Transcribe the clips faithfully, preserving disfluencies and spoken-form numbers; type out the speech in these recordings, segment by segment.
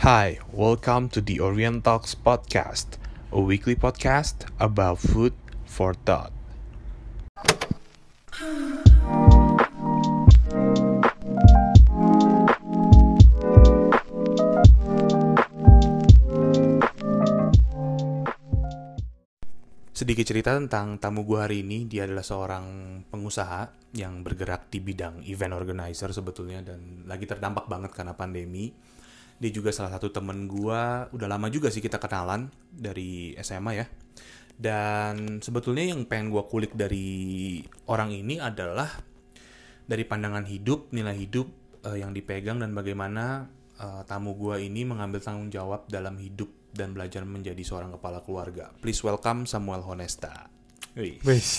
Hi, welcome to the Orient Talks podcast, a weekly podcast about food for thought. Sedikit cerita tentang tamu gue hari ini. Dia adalah seorang pengusaha yang bergerak di bidang event organizer sebetulnya, dan lagi terdampak banget karena pandemi. Dia juga salah satu temen gue, udah lama juga sih kita kenalan dari S M A ya. Dan sebetulnya yang pengen gue kulik dari orang ini adalah dari pandangan hidup, nilai hidup uh, yang dipegang, dan bagaimana uh, tamu gue ini mengambil tanggung jawab dalam hidup dan belajar menjadi seorang kepala keluarga. Please welcome Samuel Honesta. Wih.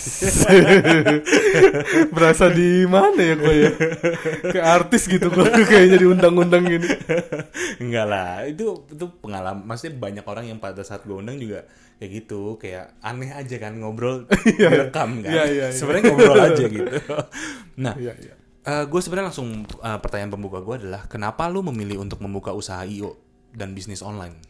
Berasa di mana ya gue ya? Kayak artis gitu gue kayaknya diundang-undang gini. Enggak lah, itu itu pengalaman. Maksudnya banyak orang yang pada saat gue undang juga kayak gitu, kayak aneh aja kan ngobrol direkam kan. Iya, iya, iya. Sebenarnya ngobrol aja gitu. Nah, Iya, iya. Uh, gue sebenarnya langsung uh, pertanyaan pembuka gue adalah kenapa lu memilih untuk membuka usaha I O dan bisnis online?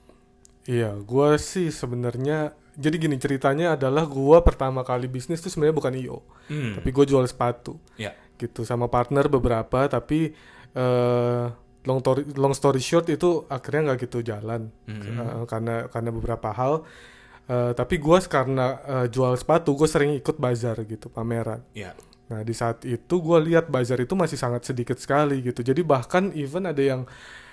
Iya, gue sih sebenarnya jadi gini ceritanya adalah gue pertama kali bisnis tuh sebenarnya bukan I O, Hmm. tapi gue jual sepatu. Ya. Gitu sama partner beberapa, tapi uh, long story long story short itu akhirnya nggak gitu jalan. Mm-hmm. uh, karena karena beberapa hal. Uh, tapi gue karena uh, jual sepatu gue sering ikut bazar gitu, pameran. Ya. Nah di saat itu gue lihat bazar itu masih sangat sedikit sekali gitu. Jadi bahkan even ada yang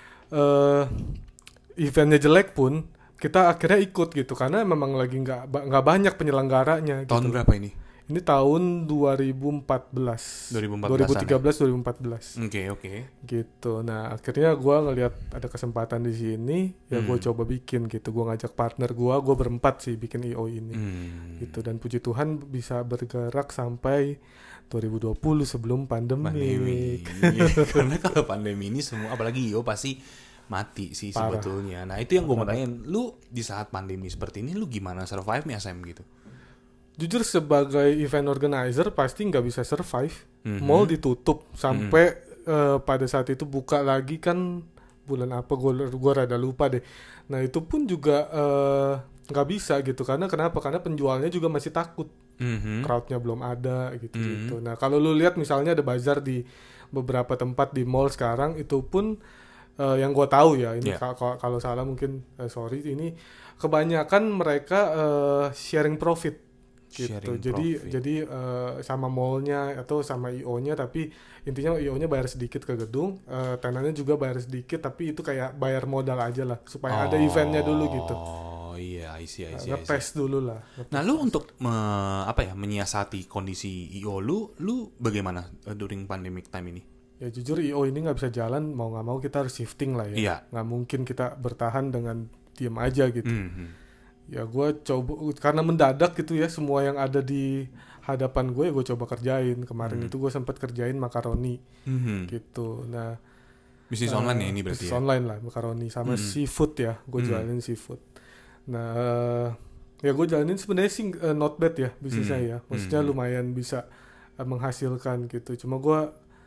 uh, eventnya jelek pun kita akhirnya ikut gitu karena memang lagi nggak nggak banyak penyelenggaranya. Tahun gitu. berapa ini? Ini tahun dua ribu empat belas, dua ribu empat belas dua ribu tiga belas, dua ribu empat belas. Oke oke. Gitu. Nah akhirnya gue ngelihat ada kesempatan di sini, ya gue Hmm. coba bikin gitu. Gue ngajak partner gue, gue berempat sih bikin I O ini. Hmm. Gitu, dan puji Tuhan bisa bergerak sampai dua ribu dua puluh sebelum pandemi. Pandemi. Karena kalau pandemi ini semua, apalagi I O pasti mati sih. Parah. Sebetulnya. Nah itu yang gue mau tanyain, lu di saat pandemi seperti ini lu gimana survive-nya Sam gitu? Jujur sebagai event organizer pasti nggak bisa survive. Mhm. Mall ditutup sampai uh, pada saat itu buka lagi kan bulan apa gue gue rada lupa deh. Nah itu pun juga uh, nggak bisa gitu karena kenapa? Karena penjualnya juga masih takut. Mhm. Crowdnya belum ada gitu Mhm. gitu. Nah kalau lu lihat misalnya ada bazar di beberapa tempat di mall sekarang itu pun uh, yang gue tahu ya ini Yeah. ka- ka- kalau salah mungkin uh, sorry ini kebanyakan mereka uh, sharing profit gitu. Sharing Jadi profit. jadi uh, sama mallnya atau sama I O-nya, tapi intinya I O-nya bayar sedikit ke gedung, uh, tenannya juga bayar sedikit, tapi itu kayak bayar modal aja lah supaya ada eventnya dulu gitu. Oh iya, I see, I see, I see. Nge-pace dulu lah. Nah, lu untuk me- apa ya menyiasati kondisi I O lu, lu bagaimana uh, during pandemic time ini? Ya jujur I O ini nggak bisa jalan, mau nggak mau kita harus shifting lah ya. Iya. Nggak mungkin kita bertahan dengan diem aja gitu. Mhm. Ya gue coba karena mendadak gitu ya, semua yang ada di hadapan gue ya gue coba kerjain. Kemarin Hmm. itu gue sempat kerjain makaroni Mhm. gitu. Nah Bisnis uh, online ya ini berarti bisnis ya? online lah, makaroni sama Hmm. seafood ya, gue Hmm. jalanin seafood. Nah uh, ya gue jalanin sebenarnya sih uh, not bad ya bisnisnya Hmm. ya, maksudnya Hmm. lumayan bisa uh, menghasilkan gitu. Cuma gue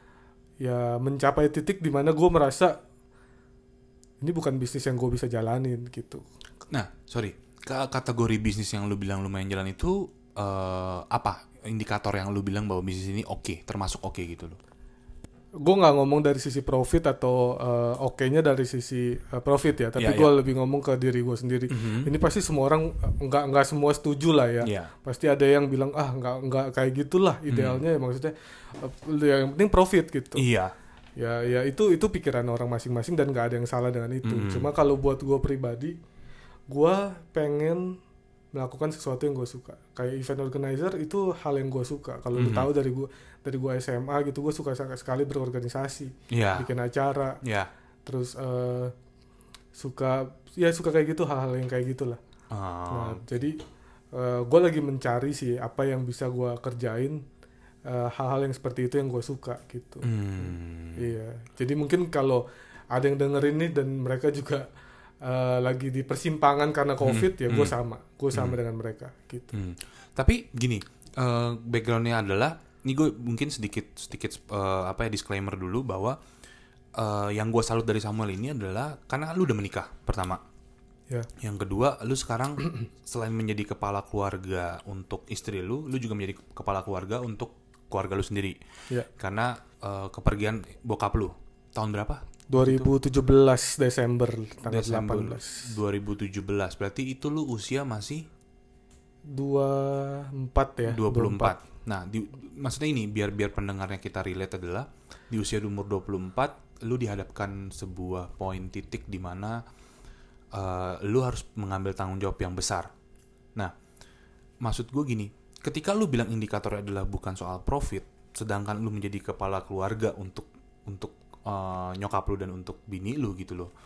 ya mencapai titik di mana gue merasa ini bukan bisnis yang gue bisa jalanin gitu. Nah, sorry. K- kategori bisnis yang lu bilang lumayan jalan itu uh, apa? Indikator yang lu bilang bahwa bisnis ini oke, okay, termasuk oke okay gitu loh. Gue nggak ngomong dari sisi profit atau uh, oke-nya dari sisi uh, profit ya, tapi Ya, gue ya. lebih ngomong ke diri gue sendiri. Mhm. Ini pasti semua orang uh, nggak nggak semua setuju lah ya. Iya. Pasti ada yang bilang ah nggak nggak kayak gitulah idealnya, ya maksudnya uh, yang penting profit gitu. Iya. Ya ya itu itu pikiran orang masing-masing dan nggak ada yang salah dengan itu. Mhm. Cuma kalau buat gue pribadi, gue pengen melakukan sesuatu yang gue suka. Kayak event organizer itu hal yang gue suka. Kalau lu Mhm. tahu dari gue dari gue S M A gitu, gue suka sekali berorganisasi, Iya. bikin acara, Iya. terus uh, suka ya suka kayak gitu, hal-hal yang kayak gitulah. Ah. Nah jadi uh, gue lagi mencari sih apa yang bisa gue kerjain, uh, hal-hal yang seperti itu yang gue suka gitu. Hmm. Iya. Jadi mungkin kalau ada yang dengerin nih dan mereka juga uh, lagi di persimpangan karena COVID, Hmm. ya gue Hmm. sama, gue sama Hmm. dengan mereka gitu. Hmm. Tapi gini, uh, backgroundnya adalah, ini gue mungkin sedikit sedikit uh, apa ya disclaimer dulu bahwa uh, yang gue salut dari Samuel ini adalah karena lu udah menikah pertama. Ya. Yang kedua, lu sekarang selain menjadi kepala keluarga untuk istri lu, lu juga menjadi kepala keluarga untuk keluarga lu sendiri. Ya. Karena uh, kepergian bokap lu tahun berapa? dua ribu tujuh belas Desember tanggal Desember delapan belas. dua ribu tujuh belas. Berarti itu lu usia masih dua puluh empat ya. dua puluh empat. Nah, di, maksudnya ini biar biar pendengarnya kita relate adalah di usia umur dua puluh empat lu dihadapkan sebuah poin titik di mana uh, lu harus mengambil tanggung jawab yang besar. Nah, maksud gue gini, ketika lu bilang indikatornya adalah bukan soal profit, sedangkan lu menjadi kepala keluarga untuk untuk uh, nyokap lu dan untuk bini lu gitu loh.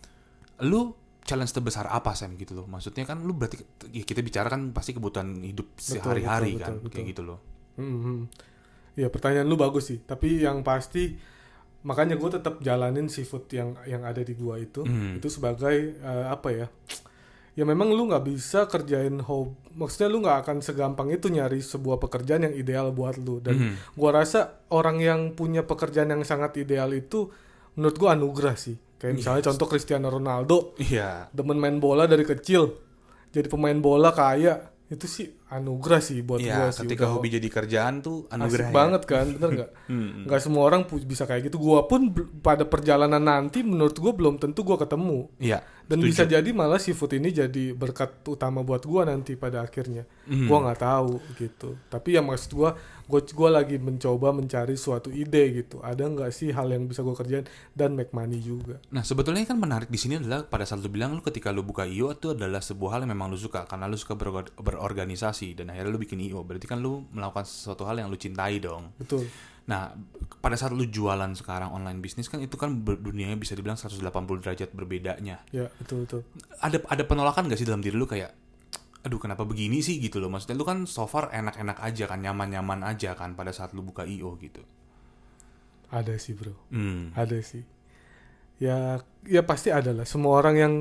Lu challenge terbesar apa Sam gitu loh? Maksudnya kan lu berarti ya kita bicara kan pasti kebutuhan hidup sehari-hari betul, kan betul, betul. Kayak gitu loh. Hmm, ya pertanyaan lu bagus sih. Tapi yang pasti makanya gue tetap jalanin seafood yang yang ada di gua itu hmm. itu sebagai uh, apa ya? Ya memang lu nggak bisa kerjain hobi. Maksudnya lu nggak akan segampang itu nyari sebuah pekerjaan yang ideal buat lu. Dan hmm. gua rasa orang yang punya pekerjaan yang sangat ideal itu menurut gua anugerah sih. Kayak misalnya yes. contoh Cristiano Ronaldo, yeah. demen main bola dari kecil, jadi pemain bola kaya, itu sih anugerah sih buat yeah, gue sih. Ketika udah hobi jadi kerjaan tuh anugerah asik ya? Banget kan, bener nggak? Nggak semua orang bisa kayak gitu. Gue pun pada perjalanan nanti menurut gue belum tentu gue ketemu. Yeah, dan setuju. bisa jadi malah seafood ini jadi berkat utama buat gue nanti pada akhirnya. Mm. Gue nggak tahu gitu. Tapi ya maksud gue, gue gue lagi mencoba mencari suatu ide gitu. Ada nggak sih hal yang bisa gue kerjain dan make money juga. Nah sebetulnya kan menarik di sini adalah pada saat lu bilang lu ketika lu buka I O itu adalah sebuah hal yang memang lu suka karena lu suka ber- berorganisasi dan akhirnya lu bikin I O. Berarti kan lu melakukan sesuatu hal yang lu cintai dong. Betul. Nah pada saat lu jualan sekarang online bisnis kan itu kan dunianya bisa dibilang seratus delapan puluh derajat berbedanya. Ya betul betul. Ada ada penolakan nggak sih dalam diri lu kayak aduh kenapa begini sih gitu loh. Maksudnya lu kan so far enak-enak aja kan, nyaman-nyaman aja kan pada saat lu buka I O gitu. Ada sih bro, hmm. ada sih. Ya ya pasti ada lah. Semua orang yang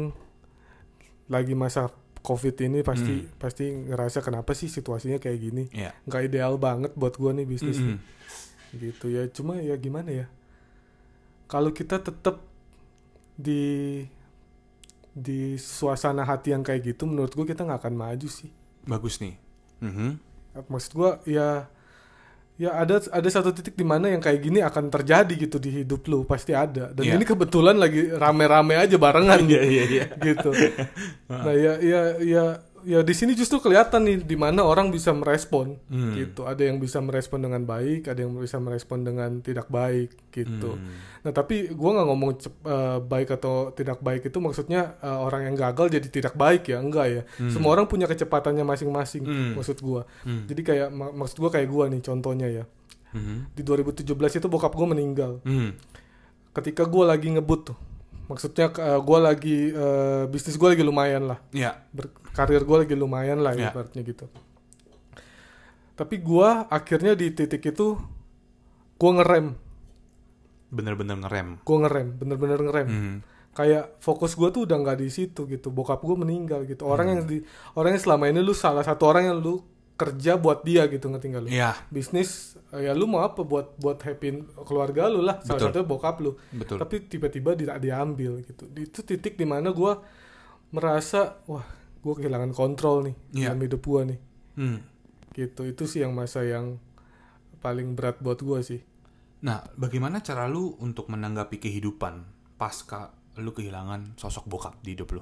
lagi masa COVID ini pasti hmm. pasti ngerasa kenapa sih situasinya kayak gini. Yeah. Nggak ideal banget buat gua nih bisnis mm-hmm. nih. Gitu ya. Cuma ya gimana ya? Kalau kita tetap di di suasana hati yang kayak gitu, menurut gue kita nggak akan maju sih. Bagus nih. Mm-hmm. Maksud gue ya ya ada ada satu titik di mana yang kayak gini akan terjadi gitu di hidup lu, pasti ada. Dan yeah. ini kebetulan lagi rame-rame aja barengan yeah, yeah, yeah. gitu. Nah ya ya ya ya di sini justru kelihatan nih di mana orang bisa merespon hmm. gitu. Ada yang bisa merespon dengan baik, ada yang bisa merespon dengan tidak baik gitu. Hmm. Nah tapi gue nggak ngomong uh, baik atau tidak baik itu maksudnya uh, orang yang gagal jadi tidak baik ya, enggak ya. Hmm. Semua orang punya kecepatannya masing-masing hmm. maksud gue. Hmm. Jadi kayak mak- maksud gue kayak gue nih contohnya ya. Hmm. Di dua ribu tujuh belas itu bokap gue meninggal. Hmm. Ketika gue lagi ngebut tuh. Maksudnya uh, gue lagi uh, bisnis gue lagi lumayan lah, yeah. Ber- karir gue lagi lumayan lah yeah. ibaratnya gitu. Tapi gue akhirnya di titik itu gue ngerem, bener-bener ngerem. Gue ngerem, bener-bener ngerem. Mm. Kayak fokus gue tuh udah nggak di situ gitu. Bokap gue meninggal gitu. Orang mm. yang di orang yang selama ini lu salah satu orang yang lu kerja buat dia gitu, ngerti nggak lu? Yeah. Bisnis ya lu mau apa buat buat happy keluarga lu lah, salah satunya bokap lu. Betul. Tapi tiba-tiba tidak diambil gitu. Itu titik dimana gue merasa wah gue kehilangan kontrol nih yeah. dalam hidup gue nih. Hmm. Gitu, itu sih yang masa yang paling berat buat gue sih. Nah, bagaimana cara lu untuk menanggapi kehidupan pasca lu kehilangan sosok bokap di hidup lu?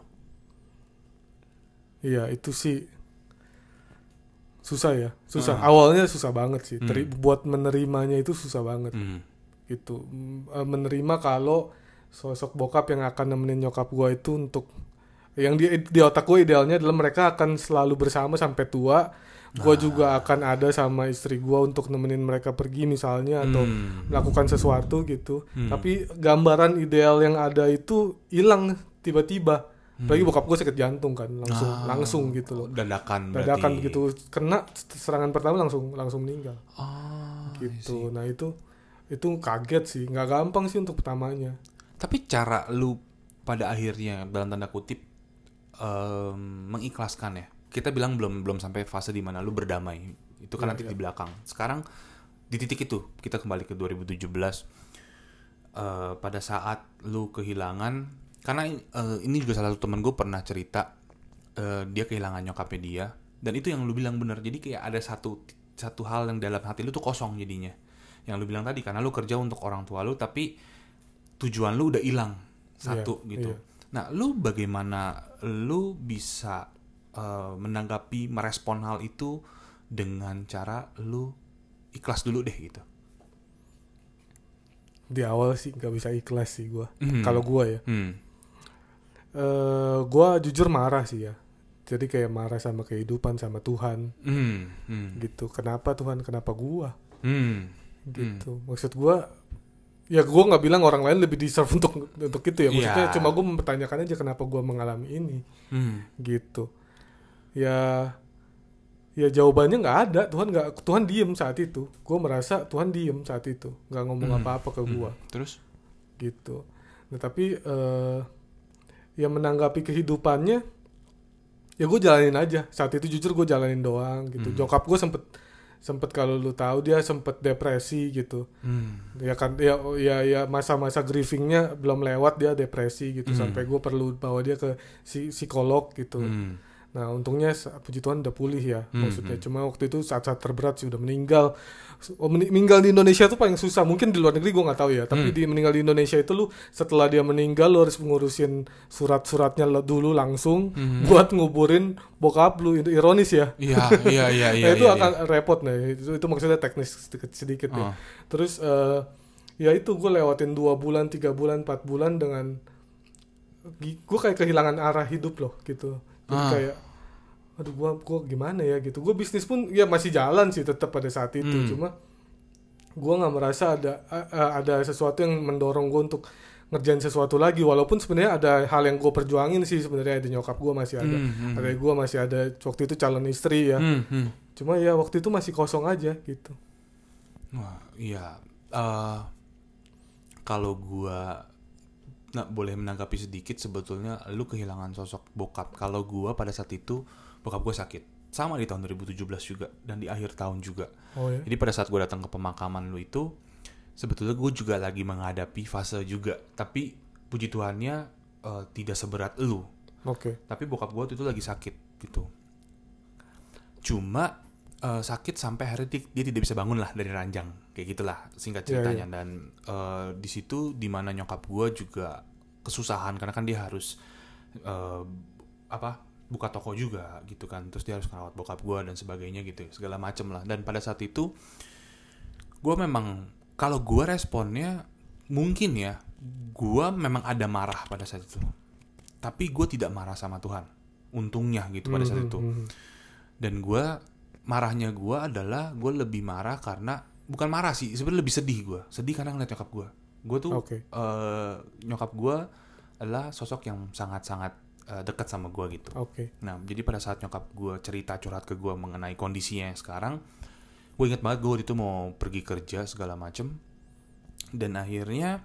Iya itu sih susah ya, susah. Uh. Awalnya susah banget sih. Teri- hmm. Buat menerimanya itu susah banget. Hmm. Gitu. Menerima kalau sosok bokap yang akan nemenin nyokap gue itu untuk yang di, di otak gue idealnya adalah mereka akan selalu bersama sampai tua. Gue nah. juga akan ada sama istri gue untuk nemenin mereka pergi misalnya atau hmm. melakukan sesuatu gitu. Hmm. Tapi gambaran ideal yang ada itu hilang tiba-tiba. Hmm. Apalagi bokap gue sakit jantung kan, langsung ah, langsung gitu loh. Dadakan berarti. Dadakan begitu, kena serangan pertama langsung langsung meninggal. Oh, gitu. Nah itu itu kaget sih, nggak gampang sih untuk pertamanya. Tapi cara lu pada akhirnya dalam tanda kutip um, mengikhlaskan ya. Kita bilang belum belum sampai fase di mana lu berdamai. Itu kan ya, nanti ya. Di belakang. Sekarang di titik itu kita kembali ke dua ribu tujuh belas. uh, pada saat lu kehilangan, karena uh, ini juga salah satu temen gue pernah cerita, uh, dia kehilangan nyokapnya dia, dan itu yang lu bilang bener. Jadi kayak ada satu satu hal yang dalam hati lu tuh kosong jadinya, yang lu bilang tadi, karena lu kerja untuk orang tua lu tapi tujuan lu udah hilang satu yeah, gitu. Yeah. Nah, lu bagaimana lu bisa uh, menanggapi, merespon hal itu dengan cara lu ikhlas dulu deh gitu? Di awal sih nggak bisa ikhlas sih gue. Mm. Kalau gue ya, mm. uh, gue jujur marah sih ya. Jadi kayak marah sama kehidupan, sama Tuhan, mm. Mm. gitu. Kenapa Tuhan? Kenapa gue? Mm. Gitu. Mm. Maksud gue, ya gue nggak bilang orang lain lebih deserve untuk untuk itu ya. Maksudnya yeah. cuma gue mempertanyakan aja kenapa gue mengalami ini, mm. gitu. Ya. Ya jawabannya nggak ada. Tuhan nggak, Tuhan diem saat itu. Gue merasa Tuhan diem saat itu, nggak ngomong hmm. apa-apa ke gue. Hmm. Terus? Gitu. Nah tapi uh, ya menanggapi kehidupannya, ya gue jalanin aja. Saat itu jujur gue jalanin doang. Gitu. Hmm. Jokap gue sempet sempet kalau lu tahu dia sempet depresi gitu. Hmm. Ya kan, ya ya ya masa-masa grievingnya belum lewat dia depresi gitu. Hmm. Sampai gue perlu bawa dia ke si, psikolog gitu. Hmm. Nah untungnya puji Tuhan udah pulih ya, hmm, maksudnya. Hmm. Cuma waktu itu saat-saat terberat sih udah meninggal. Oh, meninggal di Indonesia tuh paling susah. Mungkin di luar negeri gue nggak tahu ya. Tapi hmm. di meninggal di Indonesia itu lu setelah dia meninggal lu harus ngurusin surat-suratnya dulu langsung hmm. buat nguburin bokap lu. Itu ironis ya. Iya iya iya. Nah itu iya, akan iya. repot nih. Itu, itu maksudnya teknis sedikit, sedikit oh. ya. Terus uh, ya itu gue lewatin dua bulan, tiga bulan, empat bulan dengan gue kayak kehilangan arah hidup loh gitu. Jadi ah. kayak aduh gue gue gimana ya gitu. Gue bisnis pun ya masih jalan sih tetap pada saat itu. Hmm. Cuma gue nggak merasa ada uh, ada sesuatu yang mendorong gue untuk ngerjain sesuatu lagi. Walaupun sebenarnya ada hal yang gue perjuangin sih sebenarnya. Ada nyokap gue masih ada, hmm, hmm. ada gue masih ada waktu itu calon istri ya. Hmm, hmm. Cuma ya waktu itu masih kosong aja gitu. Wah iya. Uh, kalau gue nah, boleh menanggapi sedikit, sebetulnya lu kehilangan sosok bokap. Kalau gue pada saat itu bokap gue sakit, sama di tahun dua ribu tujuh belas juga, dan di akhir tahun juga. Oh, ya? Jadi pada saat gue datang ke pemakaman lu itu, sebetulnya gue juga lagi menghadapi fase juga. Tapi puji Tuhannya uh, tidak seberat lu. Oke. Okay. Tapi bokap gue itu lagi sakit gitu. Cuma uh, sakit sampai akhirnya dia, dia tidak bisa bangun lah dari ranjang, kayak gitulah singkat ceritanya. Yeah, yeah. Dan uh, di situ dimana nyokap gue juga kesusahan karena kan dia harus uh, apa? buka toko juga gitu kan, terus dia harus ngerawat bokap gue dan sebagainya gitu, segala macem lah. Dan pada saat itu gue memang, kalau gue responnya mungkin ya, gue memang ada marah pada saat itu, tapi gue tidak marah sama Tuhan, untungnya gitu pada saat itu. Dan gue marahnya gue adalah gue lebih marah karena bukan marah sih, sebenarnya lebih sedih. Gue sedih karena ngeliat nyokap gue. Gue tuh okay. uh, nyokap gue adalah sosok yang sangat-sangat dekat sama gue gitu. Okay. Nah, jadi pada saat nyokap gue cerita curhat ke gue mengenai kondisinya yang sekarang, gue ingat banget gue waktu itu mau pergi kerja segala macem, dan akhirnya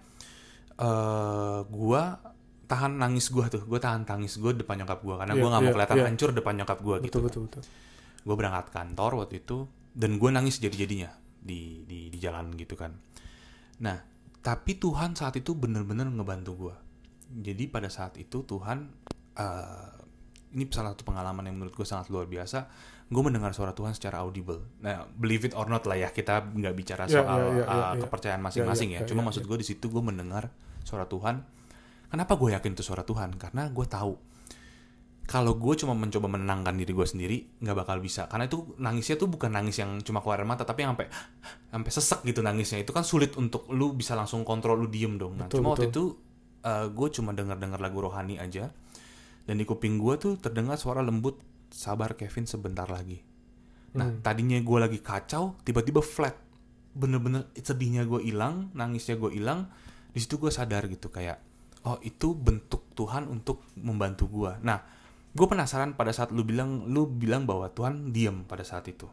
uh, gue tahan nangis gue tuh, gue tahan tangis gue depan nyokap gue karena yeah, gue nggak yeah, mau kelihatan yeah. hancur depan nyokap gue gitu. Betul betul betul. Gue berangkat kantor waktu itu dan gue nangis jadi-jadinya di di di jalan gitu kan. Nah, tapi Tuhan saat itu benar-benar ngebantu gue. Jadi pada saat itu Tuhan Uh, ini salah satu pengalaman yang menurut gue sangat luar biasa. Gue mendengar suara Tuhan secara audible. Nah, believe it or not lah ya, kita nggak bicara soal yeah, yeah, yeah, uh, yeah, kepercayaan masing-masing yeah, yeah, ya. Cuma yeah, maksud gue yeah. di situ gue mendengar suara Tuhan. Kenapa gue yakin itu suara Tuhan? Karena gue tahu kalau gue cuma mencoba menenangkan diri gue sendiri nggak bakal bisa. Karena itu nangisnya tuh bukan nangis yang cuma keluar mata, tapi yang sampai sampai sesek gitu nangisnya. Itu kan sulit untuk lu bisa langsung kontrol, lu diem dong. Nah, betul, cuma betul. Waktu itu uh, gue cuma dengar-dengar lagu rohani aja. Dan di kuping gue tuh terdengar suara lembut, sabar Kevin sebentar lagi. Nah hmm. tadinya gue lagi kacau, tiba-tiba flat, bener-bener sedihnya gue hilang, nangisnya gue hilang. Di situ gue sadar gitu kayak, oh itu bentuk Tuhan untuk membantu gue. Nah gue penasaran pada saat lu bilang, lu bilang bahwa Tuhan diam pada saat itu.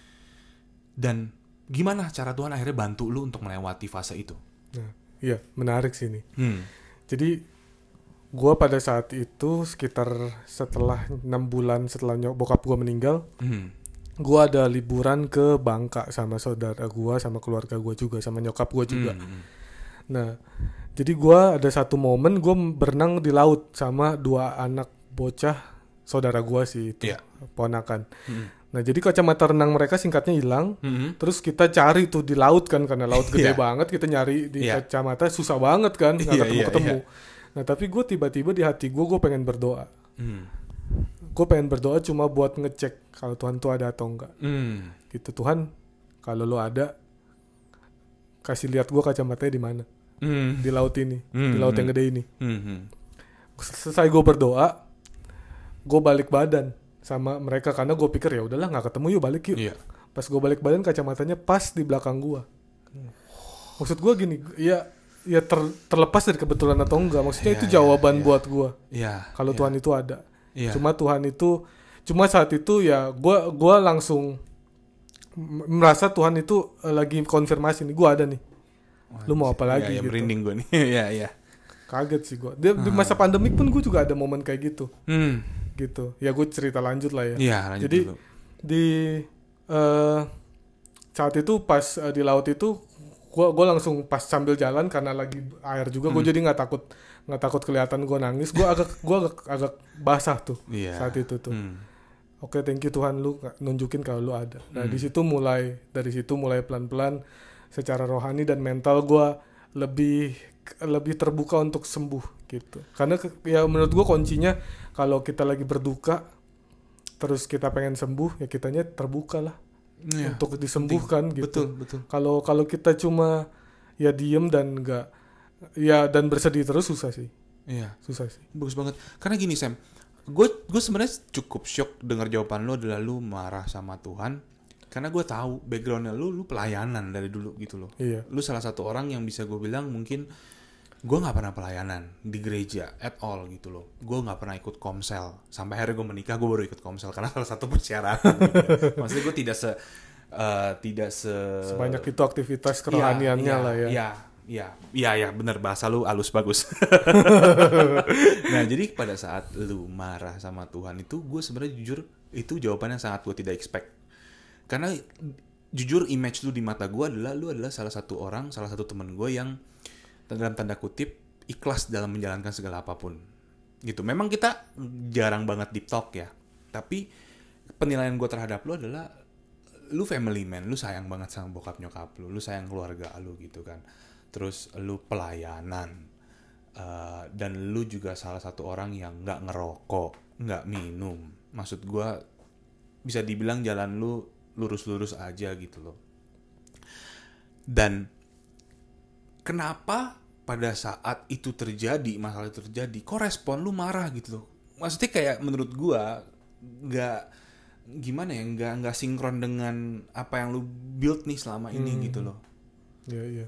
Dan gimana cara Tuhan akhirnya bantu lu untuk melewati fase itu? Nah, iya menarik sih ini. Hmm. Jadi gue pada saat itu sekitar setelah enam bulan setelah nyok bokap gue meninggal, mm. gue ada liburan ke Bangka sama saudara gue, sama keluarga gue juga, sama nyokap gue juga. Mm. Nah, jadi gue ada satu momen gue berenang di laut sama dua anak bocah saudara gue sih itu, Iya. ponakan. Mm-mm. Nah, jadi kacamata renang mereka singkatnya hilang. Mm-mm. Terus kita cari tuh di laut kan, karena laut gede Iya. banget, kita nyari di Iya. kacamata susah banget kan, nggak Iya, ketemu-ketemu. iya, Nah, tapi gue tiba-tiba di hati gue, gue pengen berdoa. Mm. Gue pengen berdoa cuma buat ngecek kalau Tuhan tuh ada atau enggak. Mm. Gitu, Tuhan, kalau lo ada, kasih lihat gue kacamatanya di mana. Mm. Di laut ini, Mm. di laut yang gede ini. Mm-hmm. Selesai gue berdoa, gue balik badan sama mereka karena gue pikir ya udahlah nggak ketemu, yuk balik yuk. Iya. Pas gue balik badan kacamatanya pas di belakang gue. Maksud gue gini, ya ya ter, terlepas dari kebetulan atau enggak, maksudnya Iya, itu iya, jawaban iya. buat gue. Iya. Kalau Iya. Tuhan itu ada. Iya. Cuma Tuhan itu, cuma saat itu ya gue gue langsung m- merasa Tuhan itu eh, lagi konfirmasi nih, gue ada nih. Lu mau apa lagi Iya, iya, gitu. merinding gue nih. Iya, iya. Kaget sih gue. Di, di masa pandemik pun gue juga ada momen kayak gitu. Hmm. Gitu. Ya gue cerita lanjut lah ya. Iya, lanjut Jadi dulu. di eh, saat itu pas eh, di laut itu gue gue langsung pas sambil jalan karena lagi air juga, gue Hmm. jadi nggak takut nggak takut kelihatan gue nangis. Gue agak gue agak, agak basah tuh Iya. saat itu tuh. Hmm. Oke, thank you Tuhan, lu nunjukin kalau lu ada. Nah, Hmm. di situ mulai dari situ mulai pelan-pelan secara rohani dan mental gue lebih lebih terbuka untuk sembuh gitu. Karena ke- ya menurut gue kuncinya kalau kita lagi berduka terus kita pengen sembuh, ya kitanya terbuka lah Iya, untuk disembuhkan gitu. Betul, betul. Kalau kalau kita cuma ya diem dan enggak ya dan bersedih terus susah sih. Iya. Susah sih. Bagus banget. Karena gini Sam, gue gue sebenarnya cukup shock dengar jawaban lo adalah lu marah sama Tuhan. Karena gue tahu backgroundnya lu, lu pelayanan dari dulu gitu loh. Iya. Lu salah satu orang yang bisa gue bilang mungkin gue nggak pernah pelayanan di gereja at all gitu loh. Gue nggak pernah ikut komsel. Sampai akhirnya gue menikah, gue baru ikut komsel karena salah satu persyaratan. Gitu. Maksudnya gue tidak se uh, tidak se Sebanyak itu aktivitas kerohaniannya Iya, lah ya. Iya, iya, iya, iya, bener, bahasa lu halus bagus. Nah, jadi pada saat lu marah sama Tuhan itu, gue sebenarnya jujur itu jawaban yang sangat gue tidak expect. Karena jujur image lu di mata gue adalah lu adalah salah satu orang, salah satu temen gue yang dalam tanda kutip ikhlas dalam menjalankan segala apapun. Gitu. Memang kita jarang banget deep talk ya. Tapi penilaian gue terhadap lu adalah lu family man, lu sayang banget sama bokap nyokap lu, lu sayang keluarga lu gitu kan. Terus lu pelayanan, uh, dan lu juga salah satu orang yang nggak ngerokok, nggak minum. Maksud gue bisa dibilang jalan lu lurus-lurus aja gitu loh. Dan kenapa pada saat itu terjadi, masalah itu terjadi, kok respon lu marah gitu loh? Maksudnya kayak menurut gue nggak gimana ya, nggak nggak sinkron dengan apa yang lu build nih selama ini Hmm. gitu loh. Iya, iya.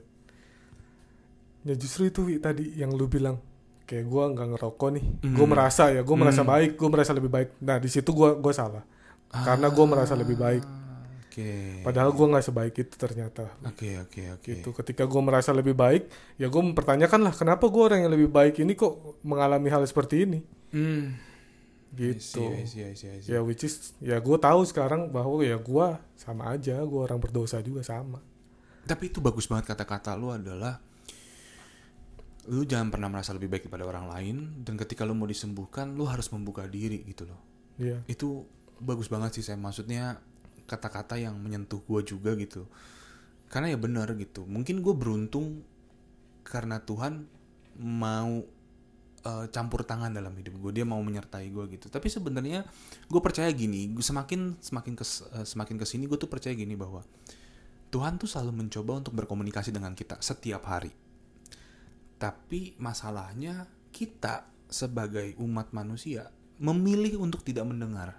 Ya justru itu Wi, tadi yang lu bilang kayak gue nggak ngerokok nih, Hmm. gue merasa ya gue merasa Hmm. baik, gue merasa lebih baik. Nah di situ gue gue salah karena gue merasa lebih baik, Oke. Okay. padahal gue nggak sebaik itu ternyata. Oke, oke, oke. Gitu. Ketika gue merasa lebih baik, ya gue mempertanyakan lah kenapa gue orang yang lebih baik ini kok mengalami hal seperti ini. Hmm. Gitu. I see, I see, I see, I see. Ya which is ya gue tahu sekarang bahwa ya gue sama aja, gue orang berdosa juga sama. Tapi itu bagus banget kata-kata lu adalah lu jangan pernah merasa lebih baik daripada orang lain, dan ketika lu mau disembuhkan lu harus membuka diri gitu loh. Iya. Itu bagus banget sih saya, maksudnya kata-kata yang menyentuh gue juga gitu. Karena ya benar gitu, mungkin gue beruntung karena Tuhan mau uh, campur tangan dalam hidup gue, dia mau menyertai gue gitu. Tapi sebenarnya gue percaya gini, gue semakin semakin kes, uh, semakin kesini gue tuh percaya gini bahwa Tuhan tuh selalu mencoba untuk berkomunikasi dengan kita setiap hari. Tapi masalahnya kita sebagai umat manusia memilih untuk tidak mendengar.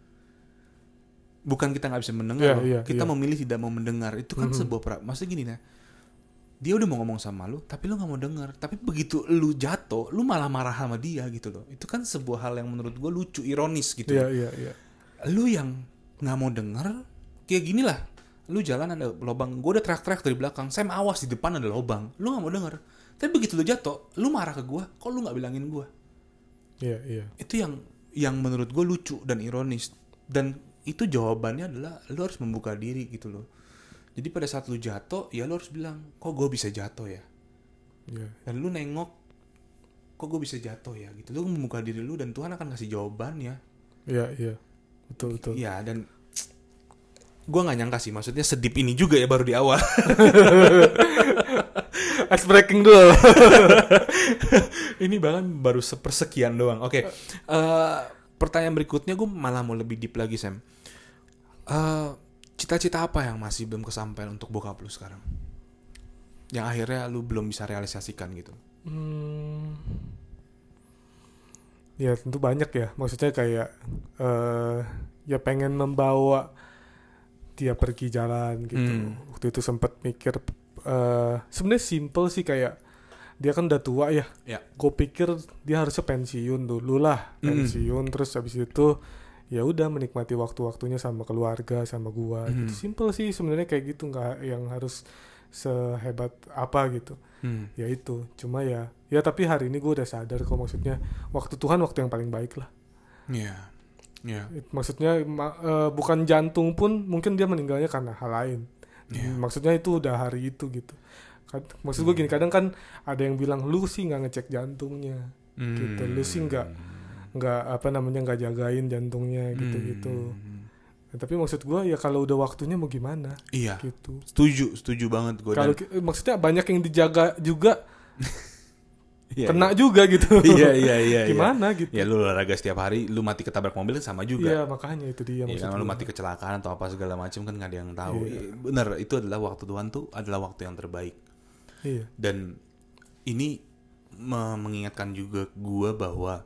Bukan kita nggak bisa mendengar, Iya, loh. iya, Kita iya. memilih tidak mau mendengar. Itu kan Mhm. sebuah pra- maksudnya gini nah. Dia udah mau ngomong sama lu, tapi lu nggak mau dengar. Tapi begitu lu jatuh, lu malah marah sama dia gitu loh. Itu kan sebuah hal yang menurut gue lucu, ironis gitu. Iya, iya, iya. Lu yang nggak mau denger, kayak gini lah. Lu jalan ada lubang, gue udah teriak-teriak dari belakang, Sam awas di depan ada lubang. Lu nggak mau denger. Tapi begitu lu jatuh, lu marah ke gue, kok lu nggak bilangin gue? Iya, iya. Itu yang yang menurut gue lucu dan ironis. Dan itu jawabannya adalah lu harus membuka diri gitu loh. Jadi pada saat lu jatuh, ya lu harus bilang, kok gue bisa jatuh ya? Iya. Dan lu nengok, kok gue bisa jatuh ya gitu. Lu membuka diri lu dan Tuhan akan kasih jawaban ya. Iya, iya. Betul, betul. Iya, dan gue nggak nyangka sih, maksudnya sedip ini juga ya baru di awal. Ice breaking dulu. Ini bahkan baru sepersekian doang. Oke, okay. uh, pertanyaan berikutnya gue malah mau lebih deep lagi, Sam. Uh, cita-cita apa yang masih belum kesampaian untuk bokap lu sekarang? Yang akhirnya lu belum bisa realisasikan gitu. Hmm. Ya tentu banyak ya. Maksudnya kayak uh, ya pengen membawa dia pergi jalan gitu. Hmm. Waktu itu sempat mikir uh, sebenarnya simple sih, kayak dia kan udah tua ya. Ya. Gue pikir dia harusnya pensiun dulu lah, pensiun hmm. terus habis itu ya udah menikmati waktu-waktunya sama keluarga, sama gua. Hmm. Gitu. Simple sih sebenarnya kayak gitu, nggak yang harus sehebat apa gitu. Hmm. Ya itu, cuma ya ya tapi hari ini gue udah sadar kok, maksudnya waktu Tuhan waktu yang paling baik lah. Iya. Yeah. Yeah. Maksudnya ma- uh, bukan jantung pun mungkin dia meninggalnya karena hal lain. Yeah. Maksudnya itu udah hari itu gitu. Maksud gue gini, kadang kan ada yang bilang lu sih nggak ngecek jantungnya, hmm. gitu. Lu sih nggak nggak apa namanya nggak jagain jantungnya gitu gitu. Hmm. Nah, tapi maksud gue ya kalau udah waktunya mau gimana? Iya. Gitu. Setuju, setuju banget gue. Kalau dan... maksudnya banyak yang dijaga juga. Iya, kena iya. juga gitu. Iya iya iya. Gimana iya. gitu? Ya lu olahraga setiap hari, lu mati ketabrak mobil sama juga. Iya makanya itu dia. Iya kan, lu mati kecelakaan atau apa segala macam kan nggak ada yang tahu. Iya. Bener, itu adalah waktu Tuhan tuh adalah waktu yang terbaik. Iya. Dan ini me- mengingatkan juga gue bahwa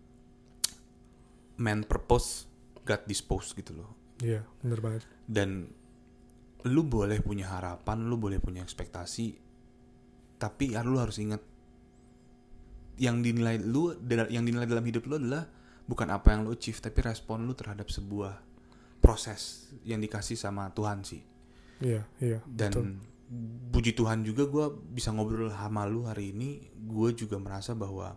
man purpose God dispose gitu loh. Iya bener banget. Dan lu boleh punya harapan, lu boleh punya ekspektasi, tapi ya lu harus ingat yang dinilai lu yang dinilai dalam hidup lu adalah bukan apa yang lu achieve, tapi respon lu terhadap sebuah proses yang dikasih sama Tuhan sih. Iya iya. Dan betul. Puji Tuhan juga gue bisa ngobrol sama lu hari ini. Gue juga merasa bahwa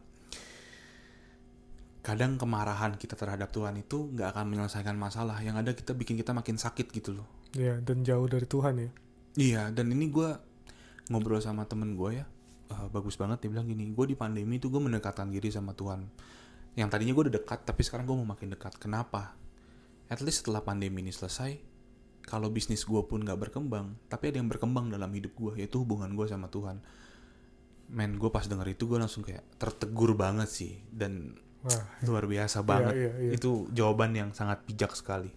kadang kemarahan kita terhadap Tuhan itu gak akan menyelesaikan masalah. Yang ada kita bikin kita makin sakit gitu loh. Iya, dan jauh dari Tuhan ya. Iya, dan ini gue ngobrol sama temen gue ya, uh, bagus banget. Dia bilang gini, gue di pandemi itu gue mendekatkan diri sama Tuhan. Yang tadinya gue udah dekat, tapi sekarang gue mau makin dekat. Kenapa? At least setelah pandemi ini selesai, kalau bisnis gue pun gak berkembang, tapi ada yang berkembang dalam hidup gue, yaitu hubungan gue sama Tuhan. Men, gue pas denger itu gue langsung kayak tertegur banget sih. Dan wah, luar biasa banget. Iya, iya, iya. Itu jawaban yang sangat bijak sekali.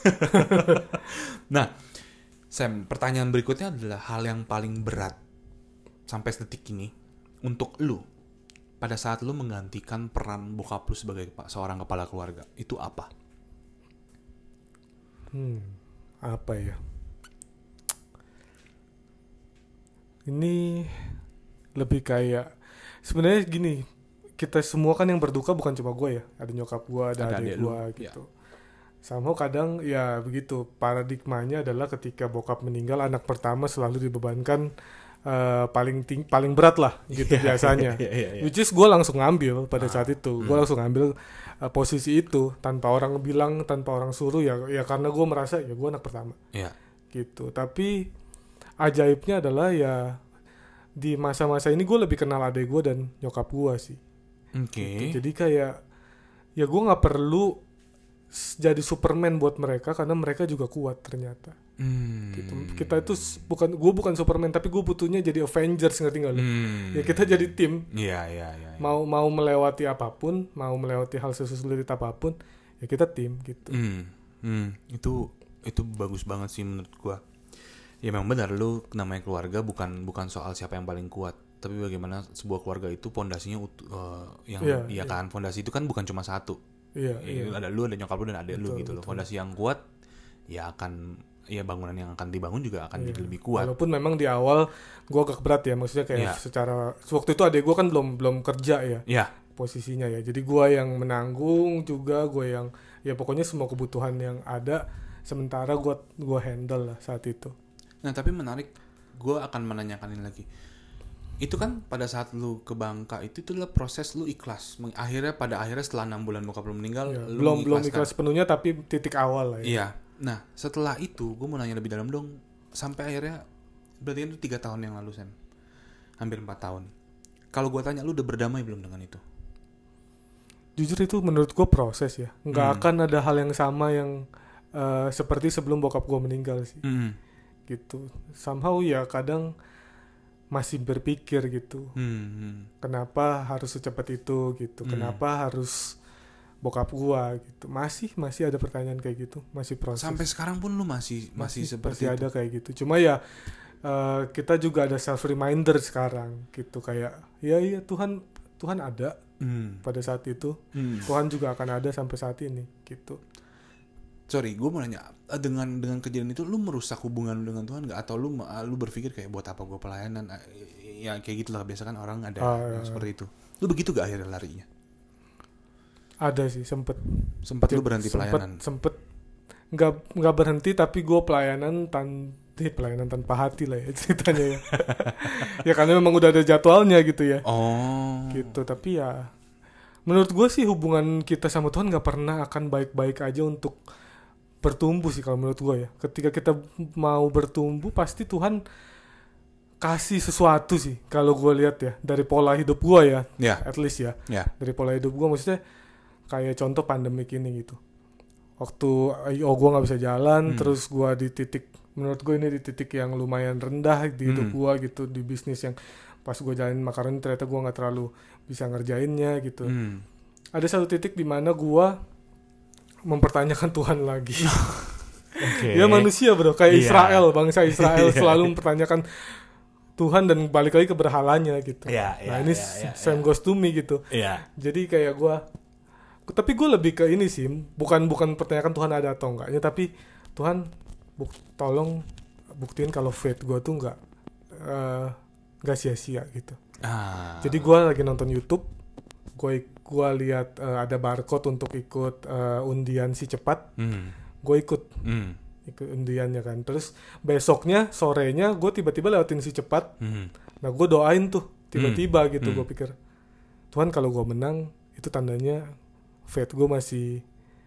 Nah, Sam, pertanyaan berikutnya adalah hal yang paling berat sampai detik ini untuk lu pada saat lu menggantikan peran bokap lu sebagai seorang kepala keluarga. Itu apa? Hmm... apa ya, ini lebih kayak sebenarnya gini, kita semua kan yang berduka bukan cuma gue ya, ada nyokap gue, ada, ada adik gue gitu ya. Sama kadang ya begitu, paradigmanya adalah ketika bokap meninggal, anak pertama selalu dibebankan uh, paling ting- paling berat lah gitu yeah, biasanya yeah, yeah, yeah. Which is gue langsung ngambil pada ah, saat itu gue hmm. langsung ngambil uh, posisi itu tanpa orang bilang, tanpa orang suruh ya, ya karena gue merasa ya gue anak pertama yeah. gitu. Tapi ajaibnya adalah ya di masa-masa ini gue lebih kenal adik gue dan nyokap gue sih. Okay. Gitu. Jadi kayak ya gue nggak perlu jadi Superman buat mereka karena mereka juga kuat ternyata. Hmm. Gitu. Kita itu bukan, gue bukan Superman, tapi gue butuhnya jadi Avengers, ngerti nggak lo? Hmm. Ya kita jadi tim. Iya iya iya. Mau mau melewati apapun, mau melewati hal sesulit apapun, ya kita tim gitu. Hmm. Hmm. Itu itu bagus banget sih menurut gue. Ya memang benar, lu namanya keluarga bukan bukan soal siapa yang paling kuat, tapi bagaimana sebuah keluarga itu pondasinya uh, yang yeah, ya kan yeah. Fondasi itu kan bukan cuma satu. Iya. Yeah, yeah. Ada lu, ada nyokap lu dan adik lu gitu loh. Fondasi yang kuat ya akan, ya bangunan yang akan dibangun juga akan yeah. jadi lebih kuat. Walaupun memang di awal gue agak berat ya, maksudnya kayak yeah. secara waktu itu adik gue kan belum belum kerja ya yeah. posisinya ya. Jadi gue yang menanggung juga, gue yang ya pokoknya semua kebutuhan yang ada sementara gue gue handle lah saat itu. Nah tapi menarik, gue akan menanyakan ini lagi. Itu kan pada saat lu ke Bangka itu itu adalah proses lu ikhlas. Akhirnya pada akhirnya setelah enam bulan bokap lu meninggal, ya, lu belum belum ikhlas sepenuhnya tapi titik awal lah ya. Iya. Nah setelah itu gue mau nanya lebih dalam dong. Sampai akhirnya berarti itu tiga tahun yang lalu Sam, hampir empat tahun. kalau gue tanya lu udah berdamai belum dengan itu? Jujur itu menurut gue proses ya. Nggak Hmm. akan ada hal yang sama yang uh, seperti sebelum bokap gue meninggal sih. Hmm. Gitu. Somehow ya kadang masih berpikir gitu. Hmm. Kenapa harus secepat itu gitu? Hmm. Kenapa harus bokap gua gitu? Masih masih ada pertanyaan kayak gitu. Masih proses. Sampai sekarang pun lu masih masih, masih seperti masih itu. ada kayak gitu. Cuma ya uh, kita juga ada self reminder sekarang gitu, kayak ya iya Tuhan Tuhan ada Hmm. pada saat itu. Hmm. Tuhan juga akan ada sampai saat ini gitu. Sorry, gue mau nanya, dengan dengan kejadian itu lu merusak hubungan lu dengan Tuhan nggak? Atau lu lu berpikir kayak buat apa gue pelayanan? Ya kayak gitulah, biasa kan orang ada Ah, yang ya. seperti itu. Lu begitu gak akhirnya larinya? Ada sih sempet Sempat lu berhenti sempet, pelayanan? Sempet nggak nggak berhenti, tapi gue pelayanan tan eh, pelayanan tanpa hati lah ya ceritanya ya. Ya karena memang udah ada jadwalnya gitu ya. Oh. Gitu, tapi ya menurut gue sih hubungan kita sama Tuhan nggak pernah akan baik-baik aja untuk bertumbuh sih kalau menurut gue ya. Ketika kita mau bertumbuh pasti Tuhan kasih sesuatu sih kalau gue lihat ya dari pola hidup gue ya, Ya. at least ya, Ya. dari pola hidup gue, maksudnya kayak contoh pandemik ini gitu. Waktu oh gue nggak bisa jalan, Hmm. terus gue di titik, menurut gue ini di titik yang lumayan rendah di hidup Hmm. gue gitu, di bisnis yang pas gue jalanin makaroni ternyata gue nggak terlalu bisa ngerjainnya gitu. Hmm. Ada satu titik di mana gue mempertanyakan Tuhan lagi. Oke. Ya manusia bro, kayak Iya. Israel, bangsa Israel Iya. selalu mempertanyakan Tuhan dan balik lagi ke berhalanya gitu. Iya, iya, Nah ini iya, iya, same iya. goes to me gitu. Iya. Jadi kayak gue, tapi gue lebih ke ini sih, bukan bukan pertanyakan Tuhan ada atau enggaknya, tapi Tuhan buk, tolong buktiin kalau faith gue tuh nggak eh, nggak sia-sia gitu. Ah. Jadi gue lagi nonton YouTube, gue gue lihat eh, ada barcode untuk ikut eh, undian si cepat, Hmm. gue ikut Hmm. ikut undiannya kan. Terus besoknya sorenya gue tiba-tiba lewatin si cepat. Hmm. Nah gue doain tuh tiba-tiba gitu. Hmm. Gue pikir Tuhan kalau gue menang itu tandanya faith gue masih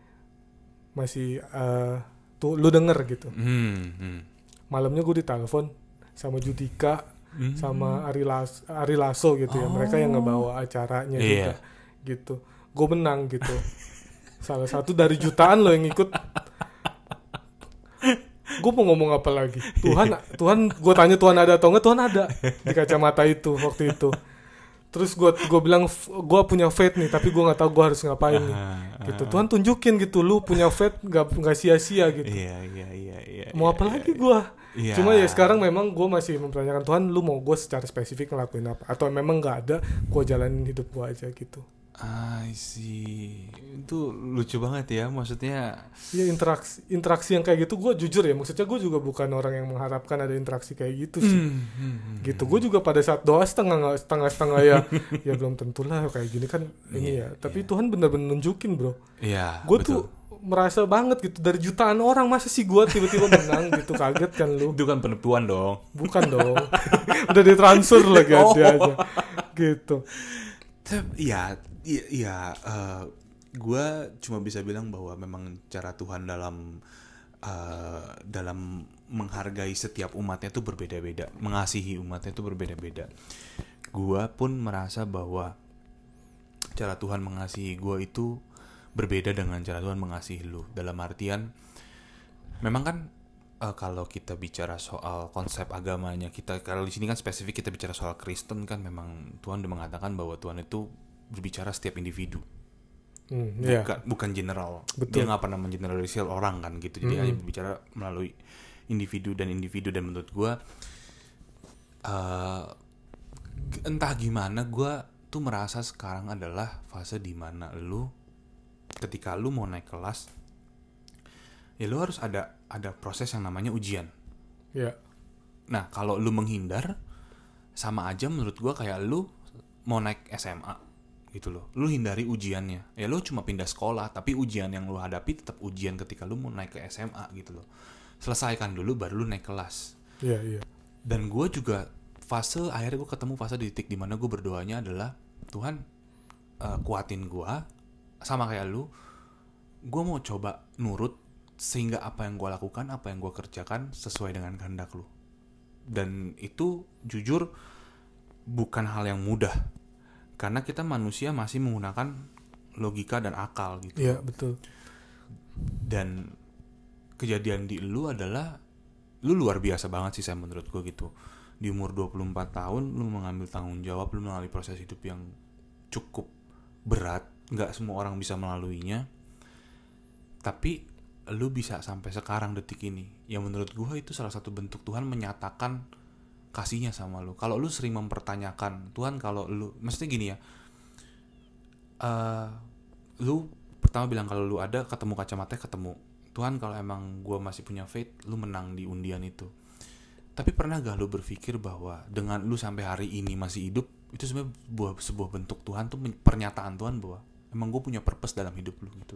masih eh, tuh lu denger gitu. Hmm. Hmm. Malamnya gue ditelepon sama Judika Hmm. sama Ari, Las, Ari Lasso gitu ya. Oh. Mereka yang ngebawa acaranya Iya. juga gitu. Gue menang gitu. Salah satu dari jutaan lo yang ikut. Gue mau ngomong apa lagi? Tuhan, Tuhan, gue tanya Tuhan ada atau enggak? Tuhan ada di kacamata itu waktu itu. Terus gue gue bilang gue punya faith nih, tapi gue nggak tahu gue harus ngapain nih. Ah, Gitu. ah. Tuhan tunjukin gitu, lu punya faith nggak nggak sia-sia gitu. Iya, iya, iya, iya. Mau iya, apa iya, lagi iya. gue? Iya. Cuma ya sekarang memang gue masih mempertanyakan Tuhan, lu mau gue secara spesifik ngelakuin apa? Atau memang nggak ada, gue jalanin hidup gue aja gitu. I see. Itu lucu banget ya, maksudnya. Ya interaksi interaksi yang kayak gitu, gue jujur ya, maksudnya gue juga bukan orang yang mengharapkan ada interaksi kayak gitu sih. Hmm, hmm, hmm, Gitu. Gue juga pada saat doa setengah nggak setengah setengah ya, ya belum tentulah kayak gini kan ini Iya, ya. Tapi iya. Tuhan benar-benar nunjukin bro. Iya. Gue betul. tuh merasa banget gitu dari jutaan orang, masa sih gue tiba-tiba menang gitu, kaget kan lu? Itu kan penipuan dong. Bukan dong, udah ditransfer lagi Oh. dia aja, gitu. Tapi ya, iya, iya eh, gue cuma bisa bilang bahwa memang cara Tuhan dalam eh, dalam menghargai setiap umatnya itu berbeda-beda, mengasihi umatnya itu berbeda-beda. Gue pun merasa bahwa cara Tuhan mengasihi gue itu berbeda dengan cara Tuhan mengasihi lu. Dalam artian, memang kan eh, kalau kita bicara soal konsep agamanya, kita kalau di sini kan spesifik kita bicara soal Kristen kan, memang Tuhan udah mengatakan bahwa Tuhan itu berbicara setiap individu, Hmm, iya. bukan bukan general. Betul. Dia nggak pernah mengeneralisir orang kan gitu. Jadi Mm-mm. hanya berbicara melalui individu dan individu. Dan menurut gue, uh, entah gimana, gue tuh merasa sekarang adalah fase dimana lu, ketika lu mau naik kelas, ya lu harus ada ada proses yang namanya ujian. Ya. Nah kalau lu menghindar, sama aja menurut gue kayak lu mau naik S M A gitu loh. Lu hindari ujiannya, ya lu cuma pindah sekolah, tapi ujian yang lu hadapi tetap ujian ketika lu mau naik ke S M A gitu loh. Selesaikan dulu baru lu naik kelas. Iya, iya. Dan gue juga fase, akhirnya gue ketemu fase di titik dimana gue berdoanya adalah, Tuhan uh, kuatin gue, sama kayak lu, gue mau coba nurut sehingga apa yang gue lakukan, apa yang gue kerjakan sesuai dengan kehendak lu. Dan itu jujur bukan hal yang mudah. Karena kita manusia masih menggunakan logika dan akal gitu. Iya, betul. Dan kejadian di lu adalah lu luar biasa banget sih saya menurut gue gitu. Di umur dua puluh empat tahun lu mengambil tanggung jawab, lu melalui proses hidup yang cukup berat, nggak semua orang bisa melaluinya. Tapi lu bisa sampai sekarang detik ini. Ya menurut gue itu salah satu bentuk Tuhan menyatakan kasihnya sama lu. Kalau lu sering mempertanyakan Tuhan, kalau lu maksudnya gini ya, uh, lu pertama bilang kalau lu ada ketemu kacamata ketemu Tuhan, kalau emang gue masih punya faith, lu menang di undian itu. Tapi pernah gak lu berpikir bahwa dengan lu sampai hari ini masih hidup, itu sebenarnya sebuah, sebuah bentuk Tuhan tuh, pernyataan Tuhan bahwa emang gue punya purpose dalam hidup lu gitu.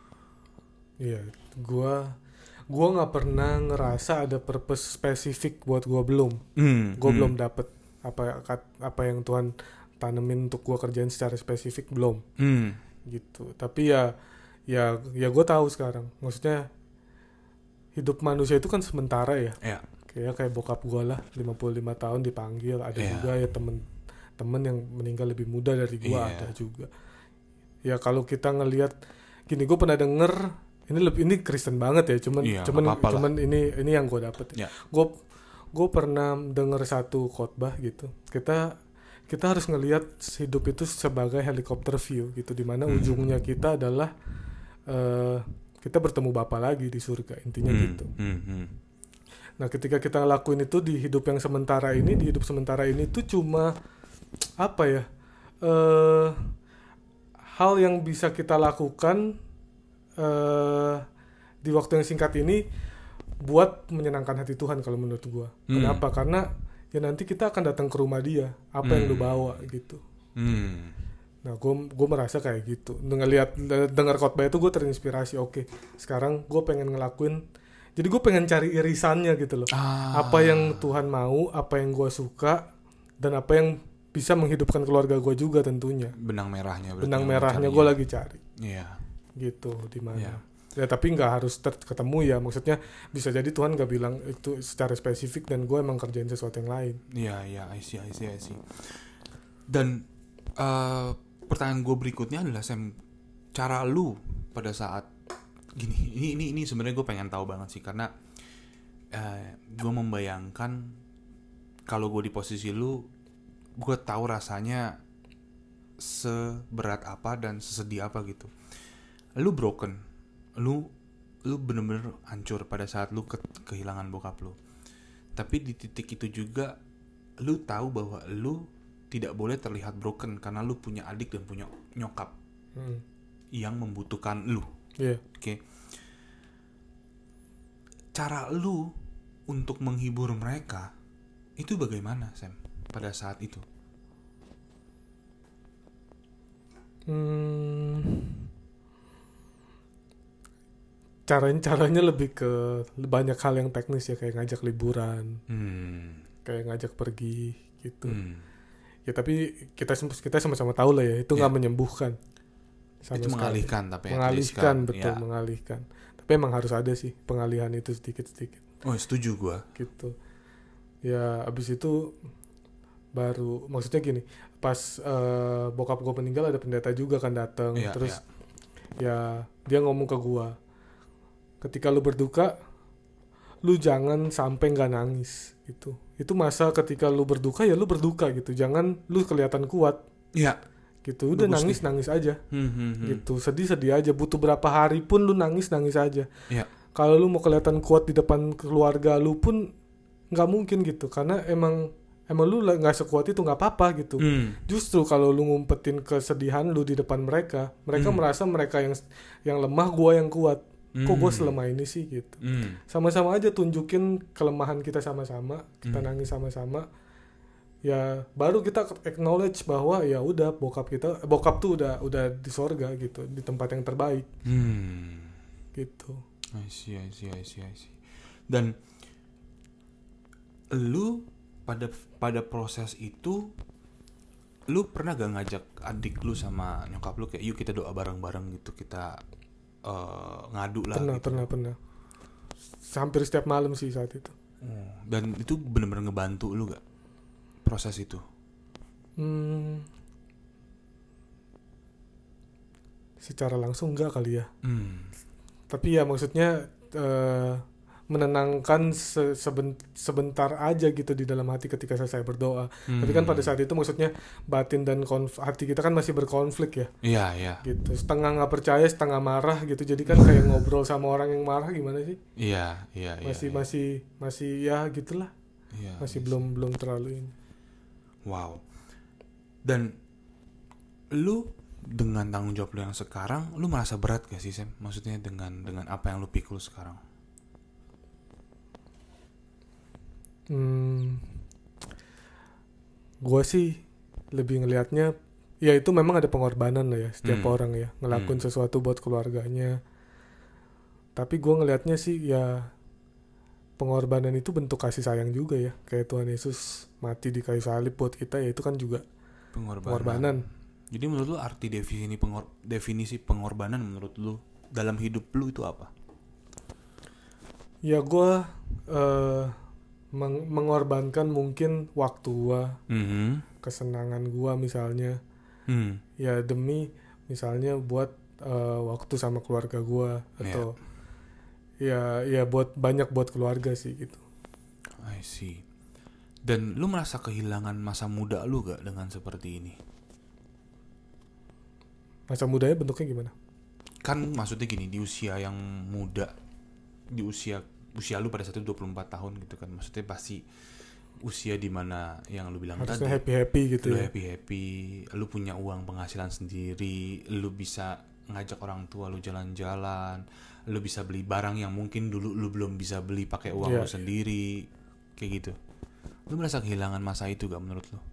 Iya, gue gue nggak pernah ngerasa ada purpose spesifik buat gue, belum. Hmm, Gue hmm. belum dapet apa apa yang Tuhan tanemin untuk gue kerjain secara spesifik, belum. Hmm. Gitu. Tapi ya ya ya gue tahu sekarang. Maksudnya hidup manusia itu kan sementara ya. Yeah. Kayak kayak bokap gue lah, lima puluh lima tahun dipanggil. Ada Yeah. juga ya temen-temen yang meninggal lebih muda dari gue, Yeah. ada juga. Ya kalau kita ngelihat gini, gue pernah denger ini lebih ini Kristen banget ya, cuman Iya, cuman nggak apa-apa cuman ini ini yang gue dapet. Ya. Gue gue pernah denger satu khotbah gitu. Kita kita harus ngelihat hidup itu sebagai helikopter view gitu, dimana Hmm. ujungnya kita adalah uh, kita bertemu Bapa lagi di surga, intinya Hmm. gitu. Hmm. Hmm. Nah ketika kita ngelakuin itu di hidup yang sementara ini, di hidup sementara ini tuh cuma apa ya, uh, hal yang bisa kita lakukan Uh, di waktu yang singkat ini buat menyenangkan hati Tuhan kalau menurut gua. Hmm. Kenapa? Karena ya nanti kita akan datang ke rumah Dia, apa hmm. yang lu bawa gitu. Hmm. Nah, gua gua merasa kayak gitu. Ngelihat dengar khotbah itu gua terinspirasi. Oke, sekarang gua pengen ngelakuin. Jadi gua pengen cari irisannya gitu loh. Ah. Apa yang Tuhan mau, apa yang gua suka, dan apa yang bisa menghidupkan keluarga gua juga tentunya. Benang merahnya. Benang merahnya gua lagi cari. Iya. Gitu di mana yeah. ya, tapi nggak harus ter- ketemu ya, maksudnya bisa jadi Tuhan nggak bilang itu secara spesifik dan gue emang kerjain sesuatu yang lain. Iya iya I see I see I see. Dan uh, pertanyaan gue berikutnya adalah Sam, cara lu pada saat gini, ini ini ini sebenarnya gue pengen tahu banget sih, karena uh, gue membayangkan kalau gue di posisi lu, gue tahu rasanya seberat apa dan sesedih apa gitu. Lu broken, lu lu bener-bener hancur pada saat lu ke, kehilangan bokap lu. Tapi di titik itu juga lu tahu bahwa lu tidak boleh terlihat broken karena lu punya adik dan punya nyokap hmm. yang membutuhkan lu. Yeah. Oke. Okay. Cara lu untuk menghibur mereka itu bagaimana, Sam, pada saat itu? Hmm. Caranya caranya lebih ke banyak hal yang teknis ya, kayak ngajak liburan, hmm. kayak ngajak pergi gitu. Hmm. Ya tapi kita kita sama-sama tahu lah ya, itu nggak yeah. menyembuhkan. Sama itu sekali. mengalihkan tapi mengalihkan betul ya. mengalihkan. Tapi emang harus ada sih pengalihan itu sedikit-sedikit. Oh setuju gue. Gitu. Ya abis itu baru, maksudnya gini, pas uh, bokap gue meninggal ada pendeta juga kan datang, yeah, terus yeah. ya dia ngomong ke gue, ketika lu berduka, lu jangan sampai nggak nangis gitu. Itu masa ketika lu berduka ya lu berduka gitu. Jangan lu kelihatan kuat. Iya. Gitu. Udah nangis nih. nangis aja. Hmm, hmm, hmm. Gitu. Sedih sedih aja. Butuh berapa hari pun lu nangis nangis aja. Iya. Kalau lu mau kelihatan kuat di depan keluarga lu pun nggak mungkin gitu. Karena emang emang lu nggak sekuat itu, nggak apa-apa gitu. Hmm. Justru kalau lu ngumpetin kesedihan lu di depan mereka, mereka hmm. merasa mereka yang yang lemah, gua yang kuat. Kok gue selemah ini sih gitu. Mm. Sama-sama aja tunjukin kelemahan kita sama-sama, kita mm. nangis sama-sama. Ya baru kita acknowledge bahwa ya udah bokap kita, bokap tuh udah udah di sorga gitu, di tempat yang terbaik. Mm. Gitu. I see, I see, I see, I see. Dan lu pada pada proses itu, lu pernah gak ngajak adik lu sama nyokap lu kayak yuk kita doa bareng-bareng gitu, kita Uh, ngadu lah. Pernah, gitu. pernah, pernah. Hampir setiap malam sih saat itu. Oh, dan itu benar-benar ngebantu lu gak proses itu? Hmm, secara langsung enggak kali ya. Hmm. Tapi ya maksudnya uh, menenangkan se- seben- sebentar aja gitu di dalam hati ketika selesai berdoa. Hmm. Tapi kan pada saat itu maksudnya batin dan konf- hati kita kan masih berkonflik ya. Iya, iya. Gitu. Setengah nggak percaya, setengah marah gitu. Jadi kan kayak ngobrol sama orang yang marah gimana sih? Iya, iya, iya. Masih iya. masih masih ya gitulah. Iya, Masih iya. belum belum terlalu ini. Wow. Dan lu dengan tanggung jawab lu yang sekarang, lu merasa berat gak sih, Sam? Maksudnya dengan dengan apa yang lu pikul sekarang? Hmm, gue sih lebih ngelihatnya ya itu memang ada pengorbanan lah ya setiap Hmm. orang ya ngelakuin Hmm. sesuatu buat keluarganya. Tapi gue ngelihatnya sih ya pengorbanan itu bentuk kasih sayang juga ya, kayak Tuhan Yesus mati di kayu salib buat kita, ya itu kan juga Pengorbanan. pengorbanan. Jadi menurut lu arti definisi pengor- definisi pengorbanan menurut lu dalam hidup lu itu apa? Ya gue eh, meng- mengorbankan mungkin waktu gue, Mhm. kesenangan gue misalnya, Hmm. ya demi misalnya buat eh, waktu sama keluarga gue atau ya ya buat banyak buat keluarga sih gitu. I see. Dan lu merasa kehilangan masa muda lu gak dengan seperti ini? Masa mudanya bentuknya gimana? Kan maksudnya gini, di usia yang muda, di usia usia lu pada saat itu dua puluh empat tahun gitu kan, maksudnya pasti usia dimana yang lu bilang Harusnya tadi happy happy gitu lu ya. happy happy, lu punya uang penghasilan sendiri, lu bisa ngajak orang tua lu jalan-jalan, lu bisa beli barang yang mungkin dulu lu belum bisa beli pakai uang Iya. lu sendiri, kayak gitu. Lu merasa kehilangan masa itu gak menurut lu?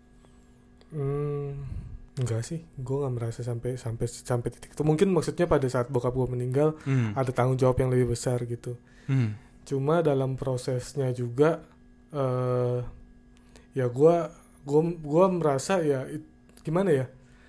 Hmm, enggak sih, gue nggak merasa sampai sampai sampai titik itu. Mungkin maksudnya pada saat bokap gue meninggal Hmm. ada tanggung jawab yang lebih besar gitu. Hmm. Cuma dalam prosesnya juga eh ya gue gue gue merasa ya it- gimana ya,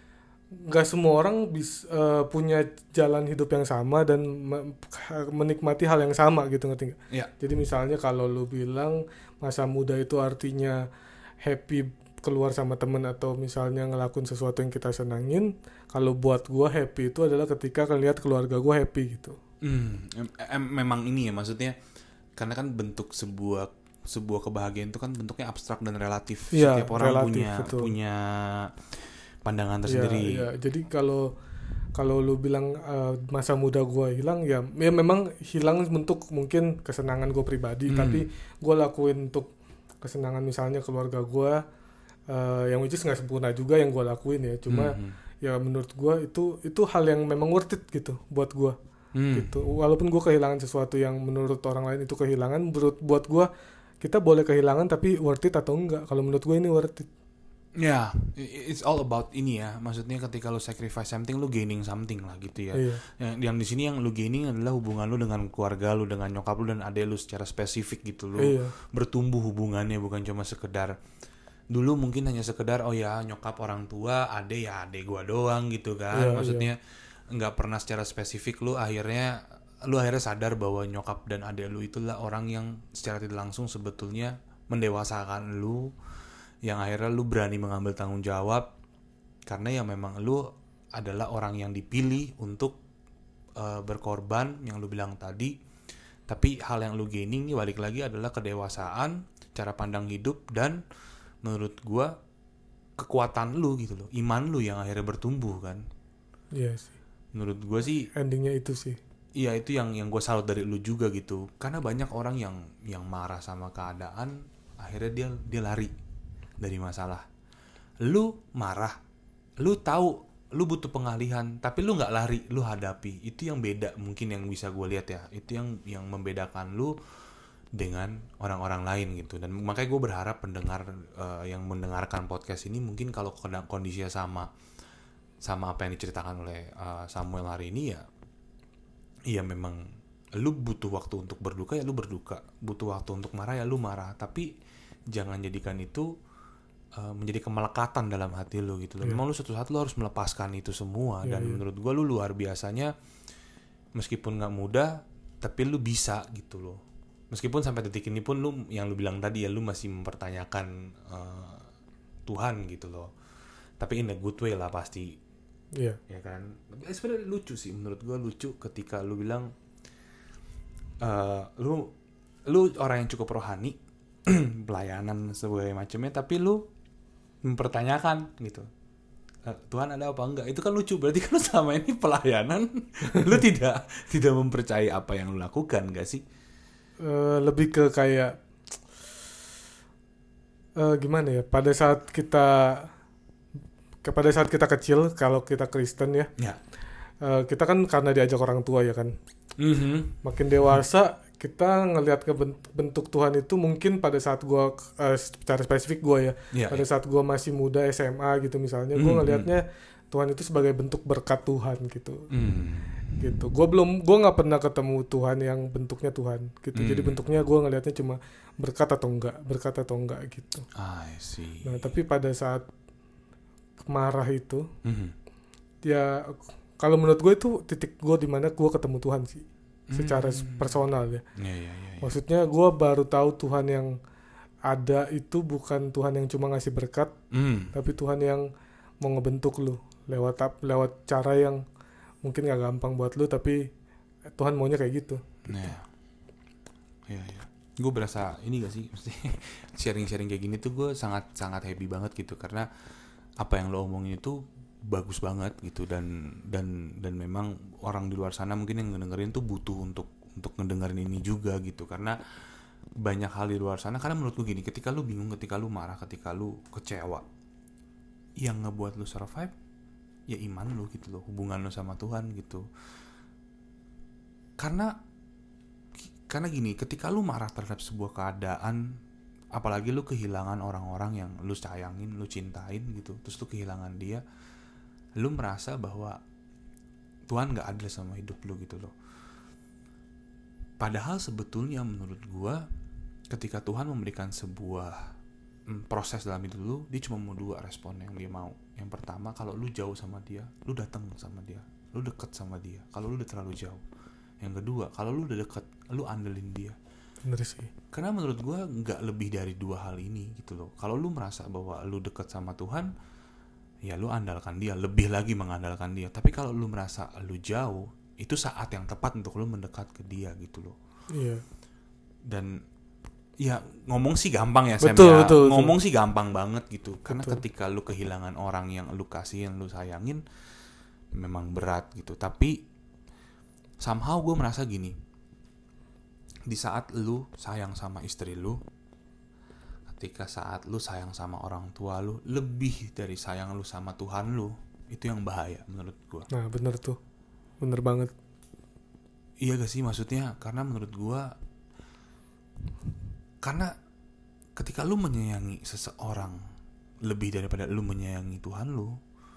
nggak semua orang bisa punya jalan hidup yang sama dan me- menikmati hal yang sama gitu, ngerti nggak? Iya. Jadi misalnya kalau lu bilang masa muda itu artinya happy keluar sama temen atau misalnya ngelakuin sesuatu yang kita senangin, kalau buat gue happy itu adalah ketika ngelihat keluarga gue happy gitu. Hmm. Em- em- memang ini ya maksudnya, karena kan bentuk sebuah sebuah kebahagiaan itu kan bentuknya abstrak dan relatif. Iya, Setiap orang relatif, punya betul. punya pandangan tersendiri. Ya, ya. Jadi kalau kalau lu bilang uh, masa muda gue hilang, ya, ya memang hilang bentuk mungkin kesenangan gue pribadi, Hmm. tapi gue lakuin untuk kesenangan misalnya keluarga gue, uh, yang which is nggak sempurna juga yang gue lakuin ya. Cuma Hmm. ya menurut gue itu itu hal yang memang worth it gitu buat gue. Hmm. Gitu. Walaupun gue kehilangan sesuatu yang menurut orang lain itu kehilangan, menurut buat gue kita boleh kehilangan tapi worth it atau enggak. Kalau menurut gue ini worth it. Ya, i- it's all about ini ya. Maksudnya ketika lu sacrifice something, lu gaining something lah gitu ya. Iya. Yang, yang di sini yang lu gaining adalah hubungan lu dengan keluarga lu, dengan nyokap lu dan adek lu secara spesifik gitu. Lu Iya. bertumbuh hubungannya, bukan cuma sekedar dulu mungkin hanya sekedar oh ya nyokap orang tua, adek ya adek gua doang gitu kan. Iya, Maksudnya nggak pernah secara spesifik lu akhirnya lu akhirnya sadar bahwa nyokap dan adek lu itulah orang yang secara tidak langsung sebetulnya mendewasakan lu, yang akhirnya lu berani mengambil tanggung jawab karena ya memang lu adalah orang yang dipilih untuk uh, berkorban yang lu bilang tadi. Tapi hal yang lu gaining balik lagi adalah kedewasaan, cara pandang hidup, dan menurut gua kekuatan lu gitu loh, iman lu yang akhirnya bertumbuh kan. Iya sih. Menurut gua sih Endingnya itu sih. iya, itu yang yang gue salut dari lu juga gitu, karena banyak orang yang yang marah sama keadaan akhirnya dia dia lari dari masalah. Lu marah, lu tahu lu butuh pengalihan, tapi lu nggak lari, lu hadapi. Itu yang beda mungkin yang bisa gue lihat ya, itu yang yang membedakan lu dengan orang-orang lain gitu. Dan makanya gue berharap pendengar uh, yang mendengarkan podcast ini mungkin kalau kondisinya sama sama apa yang diceritakan oleh uh, Samuel hari ini ya. Iya memang lu butuh waktu untuk berduka ya lu berduka, butuh waktu untuk marah ya lu marah, tapi jangan jadikan itu uh, menjadi kemelekatan dalam hati lu gitu loh. Yeah. Memang lu suatu saat lu harus melepaskan itu semua. Yeah, dan yeah. menurut gua lu luar biasanya, meskipun nggak mudah tapi lu bisa gitu loh. Meskipun sampai detik ini pun lu yang lu bilang tadi ya lu masih mempertanyakan uh, Tuhan gitu loh, tapi in a good way lah pasti. Iya. Ya kan, eh, sebenarnya lucu sih menurut gue, lucu ketika lu bilang uh, lu lu orang yang cukup rohani, pelayanan sebagai macamnya, tapi lu mempertanyakan gitu, uh, Tuhan ada apa enggak? Itu kan lucu, berarti kan lu selama ini pelayanan lu tidak tidak mempercayai apa yang lu lakukan, gak sih? Uh, lebih ke kayak uh, gimana ya? Pada saat kita pada saat kita kecil, kalau kita Kristen ya, Ya. uh, kita kan karena diajak orang tua ya kan. Mm-hmm. Makin dewasa kita ngelihat ke bentuk Tuhan itu mungkin pada saat gua uh, secara spesifik gua ya, Ya, pada ya. saat gua masih muda S M A gitu misalnya, gua Mm-hmm. ngelihatnya Tuhan itu sebagai bentuk berkat Tuhan gitu. Mm. Gitu. Gua belum gua nggak pernah ketemu Tuhan yang bentuknya Tuhan gitu. Mm. Jadi bentuknya gua ngelihatnya cuma berkat atau enggak, berkat atau enggak gitu. I see. Nah, tapi pada saat marah itu, Mm-hmm. ya kalau menurut gue itu titik gue di mana gue ketemu Tuhan sih, secara Mm. personal ya. Ya, ya, ya, ya. Maksudnya gue baru tahu Tuhan yang ada itu bukan Tuhan yang cuma ngasih berkat, Mm. tapi Tuhan yang mau ngebentuk lu lewat ap- lewat cara yang mungkin gak gampang buat lu, tapi Tuhan maunya kayak gitu. Ya, ya, ya. Gue berasa ini gak sih, maksudnya sharing-sharing kayak gini tuh gue sangat sangat happy banget gitu, karena apa yang lo omongin itu bagus banget gitu, dan dan dan memang orang di luar sana mungkin yang ngedengerin tuh butuh untuk untuk ngedengerin ini juga gitu, karena banyak hal di luar sana. Karena menurut gue gini, ketika lu bingung, ketika lu marah, ketika lu kecewa, yang ngebuat lu survive ya iman lu gitu loh, hubungan lu sama Tuhan gitu. Karena karena gini, ketika lu marah terhadap sebuah keadaan, apalagi lu kehilangan orang-orang yang lu sayangin, lu cintain gitu, terus lu kehilangan dia, lu merasa bahwa Tuhan gak adil sama hidup lu gitu loh. Padahal sebetulnya menurut gua, ketika Tuhan memberikan sebuah mm, proses dalam hidup lu, dia cuma mau dua respon yang dia mau. Yang pertama, kalau lu jauh sama dia, lu datang sama dia, lu deket sama dia. Kalau lu udah terlalu jauh. Yang kedua, kalau lu udah deket, lu andelin dia. Bener sih. Karena menurut gue gak lebih dari dua hal ini gitu loh. Kalau lu merasa bahwa lu deket sama Tuhan, ya lu andalkan dia, lebih lagi mengandalkan dia. Tapi kalau lu merasa lu jauh, itu saat yang tepat untuk lu mendekat ke dia gitu loh. Iya. Dan ya ngomong sih gampang ya, Betul, Sam ya. betul, Ngomong betul. sih gampang banget gitu. Karena Betul. ketika lu kehilangan orang yang lu kasih, yang lu sayangin, memang berat gitu. Tapi somehow gue merasa gini, di saat lu sayang sama istri lu, ketika saat lu sayang sama orang tua lu, lebih dari sayang lu sama Tuhan lu, itu yang bahaya menurut gua. Nah bener tuh, bener banget. Iya gak sih, maksudnya karena menurut gua, karena ketika lu menyayangi seseorang lebih daripada lu menyayangi Tuhan lu,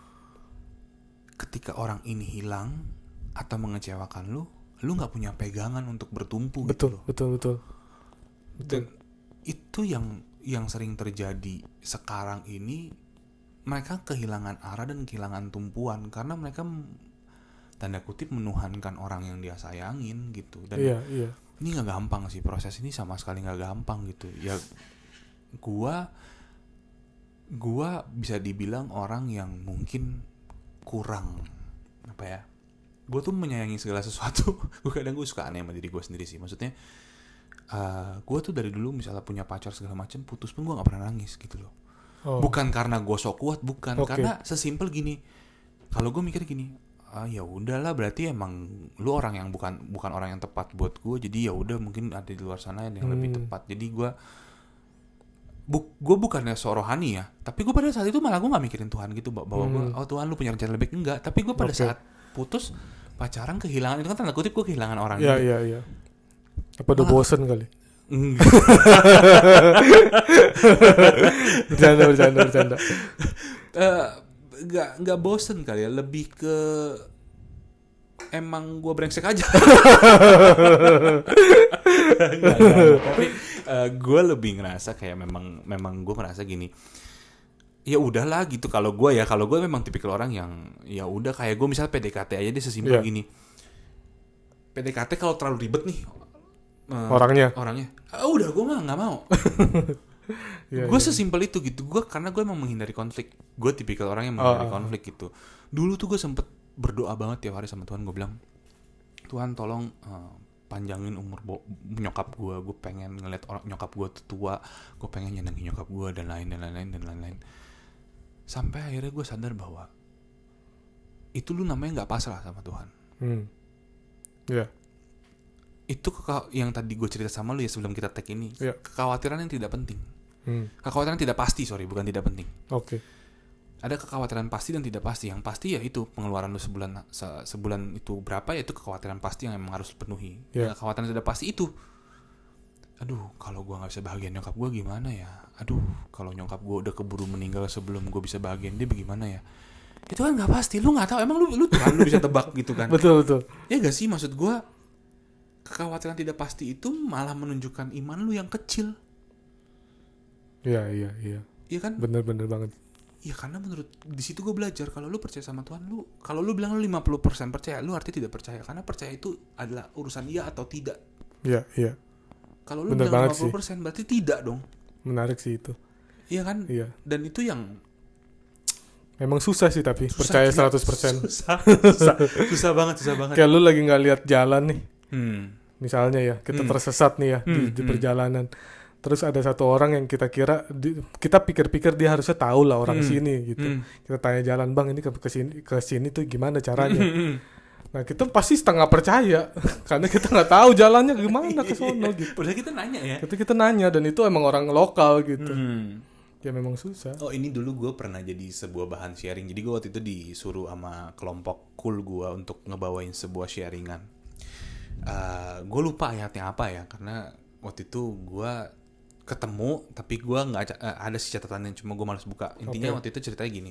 ketika orang ini hilang atau mengecewakan lu, lu nggak punya pegangan untuk bertumpu. Betul, gitu loh. betul, betul, betul. Dan itu yang yang sering terjadi sekarang ini, mereka kehilangan arah dan kehilangan tumpuan karena mereka tanda kutip menuhankan orang yang dia sayangin gitu. Dan Iya, iya. ini nggak gampang sih, proses ini sama sekali nggak gampang gitu. Ya gua gua bisa dibilang orang yang mungkin kurang apa ya, gue tuh menyayangi segala sesuatu. Gue kadang gue suka aneh sama diri gue sendiri sih. Maksudnya uh, gue tuh dari dulu misalnya punya pacar segala macam, putus pun gue nggak pernah nangis gitu loh. Oh. Bukan karena gue sok kuat, bukan. Okay. Karena sesimpel gini, kalau gue mikir gini, ah ya udahlah, berarti emang lu orang yang bukan bukan orang yang tepat buat gue. Jadi ya udah, mungkin ada di luar sana yang hmm. lebih tepat. Jadi gue bu, gue bukannya so rohani ya, tapi gue pada saat itu malah gue nggak mikirin Tuhan gitu, bahwa hmm. gue oh Tuhan lu punya rencana lebih, enggak. Tapi gue pada okay. saat putus pacaran, kehilangan, itu kan tanda kutip gue kehilangan orang. Iya iya iya. Apa udah ah. bosen kali? bercanda bercanda bercanda. Uh, nggak nggak bosen kali ya, lebih ke emang gue brengsek aja. Nggak, nggak. Tapi uh, gue lebih ngerasa kayak memang memang gue merasa gini, ya udahlah gitu. Kalau gue ya, kalau gue memang tipikal orang yang ya udah, kayak gue misalnya P D K T aja deh, sesimpel yeah. gini. P D K T kalau terlalu ribet nih uh, orangnya orangnya, ah, udah gue mah nggak mau. Iya, Gue iya. sesimpel itu gitu. Gue karena gue emang menghindari konflik. Gue tipikal orang yang menghindari Oh, oh. konflik gitu. Dulu tuh gue sempet berdoa banget tiap hari sama Tuhan. Gue bilang, Tuhan tolong uh, panjangin umur bo- nyokap gue. Gue pengen ngeliat orang nyokap gue tuh tua. Gue pengen nyenengin nyokap gue dan lain dan lain-lain dan lain-lain. Sampai akhirnya gue sadar bahwa itu lu namanya nggak pasrah sama Tuhan. Hmm. Ya. Itu keka- yang tadi gue cerita sama lu ya sebelum kita tag ini. Ya. Kekhawatiran yang tidak penting. Hmm. Kekhawatiran tidak pasti, sorry, bukan tidak penting. Oke. Ada kekhawatiran pasti dan tidak pasti. Yang pasti ya itu pengeluaran lu sebulan se- sebulan itu berapa, ya itu kekhawatiran pasti yang emang harus penuhi. Yeah. Kekhawatiran tidak pasti itu, aduh kalau gue nggak bisa bahagian nyokap gue gimana ya. Aduh kalau nyokap gue udah keburu meninggal sebelum gue bisa bahagian dia bagaimana ya. Itu kan nggak pasti. Lu nggak tahu. Emang lu lu Tuhan lu bisa tebak gitu kan? Betul betul. Ya gak sih, maksud gue kekhawatiran tidak pasti itu malah menunjukkan iman lu yang kecil. Iya iya iya. Iya kan? Bener-bener banget. Ya karena menurut di situ gue belajar kalau lu percaya sama Tuhan, lu kalau lu bilang lu lima puluh persen percaya, lu artinya tidak percaya. Karena percaya itu adalah urusan iya atau tidak. Iya iya. Kalau lu Bener bilang banget lima puluh persen berarti tidak dong. Menarik sih itu. Iya kan? Iya. Dan itu yang Memang susah sih tapi susah, percaya gila. seratus persen. Susah, susah, susah banget, susah banget. Kayak lu lagi nggak lihat jalan nih. Hmm. Misalnya ya, kita Hmm. tersesat nih ya di, Hmm, di hmm. perjalanan. Terus ada satu orang yang kita kira di- kita pikir-pikir dia harusnya tahu lah orang Hmm. sini gitu. Hmm. Kita tanya jalan, "Bang, ini ke ke sini ke sini tuh gimana caranya?" Hmm. Nah, kita pasti setengah percaya karena kita nggak tahu jalannya gimana ke sono gitu. Padahal kita nanya ya. Ketika kita nanya dan itu emang orang lokal gitu. Hmm. Ya memang susah. Oh ini dulu gue pernah jadi sebuah bahan sharing. Jadi gue waktu itu disuruh sama kelompok cool gue untuk ngebawain sebuah sharingan. Uh, gue lupa ayatnya apa ya, karena waktu itu gue ketemu tapi gue nggak uh, ada sih catatannya, cuma gue malas buka. Intinya Oke. waktu itu ceritanya gini.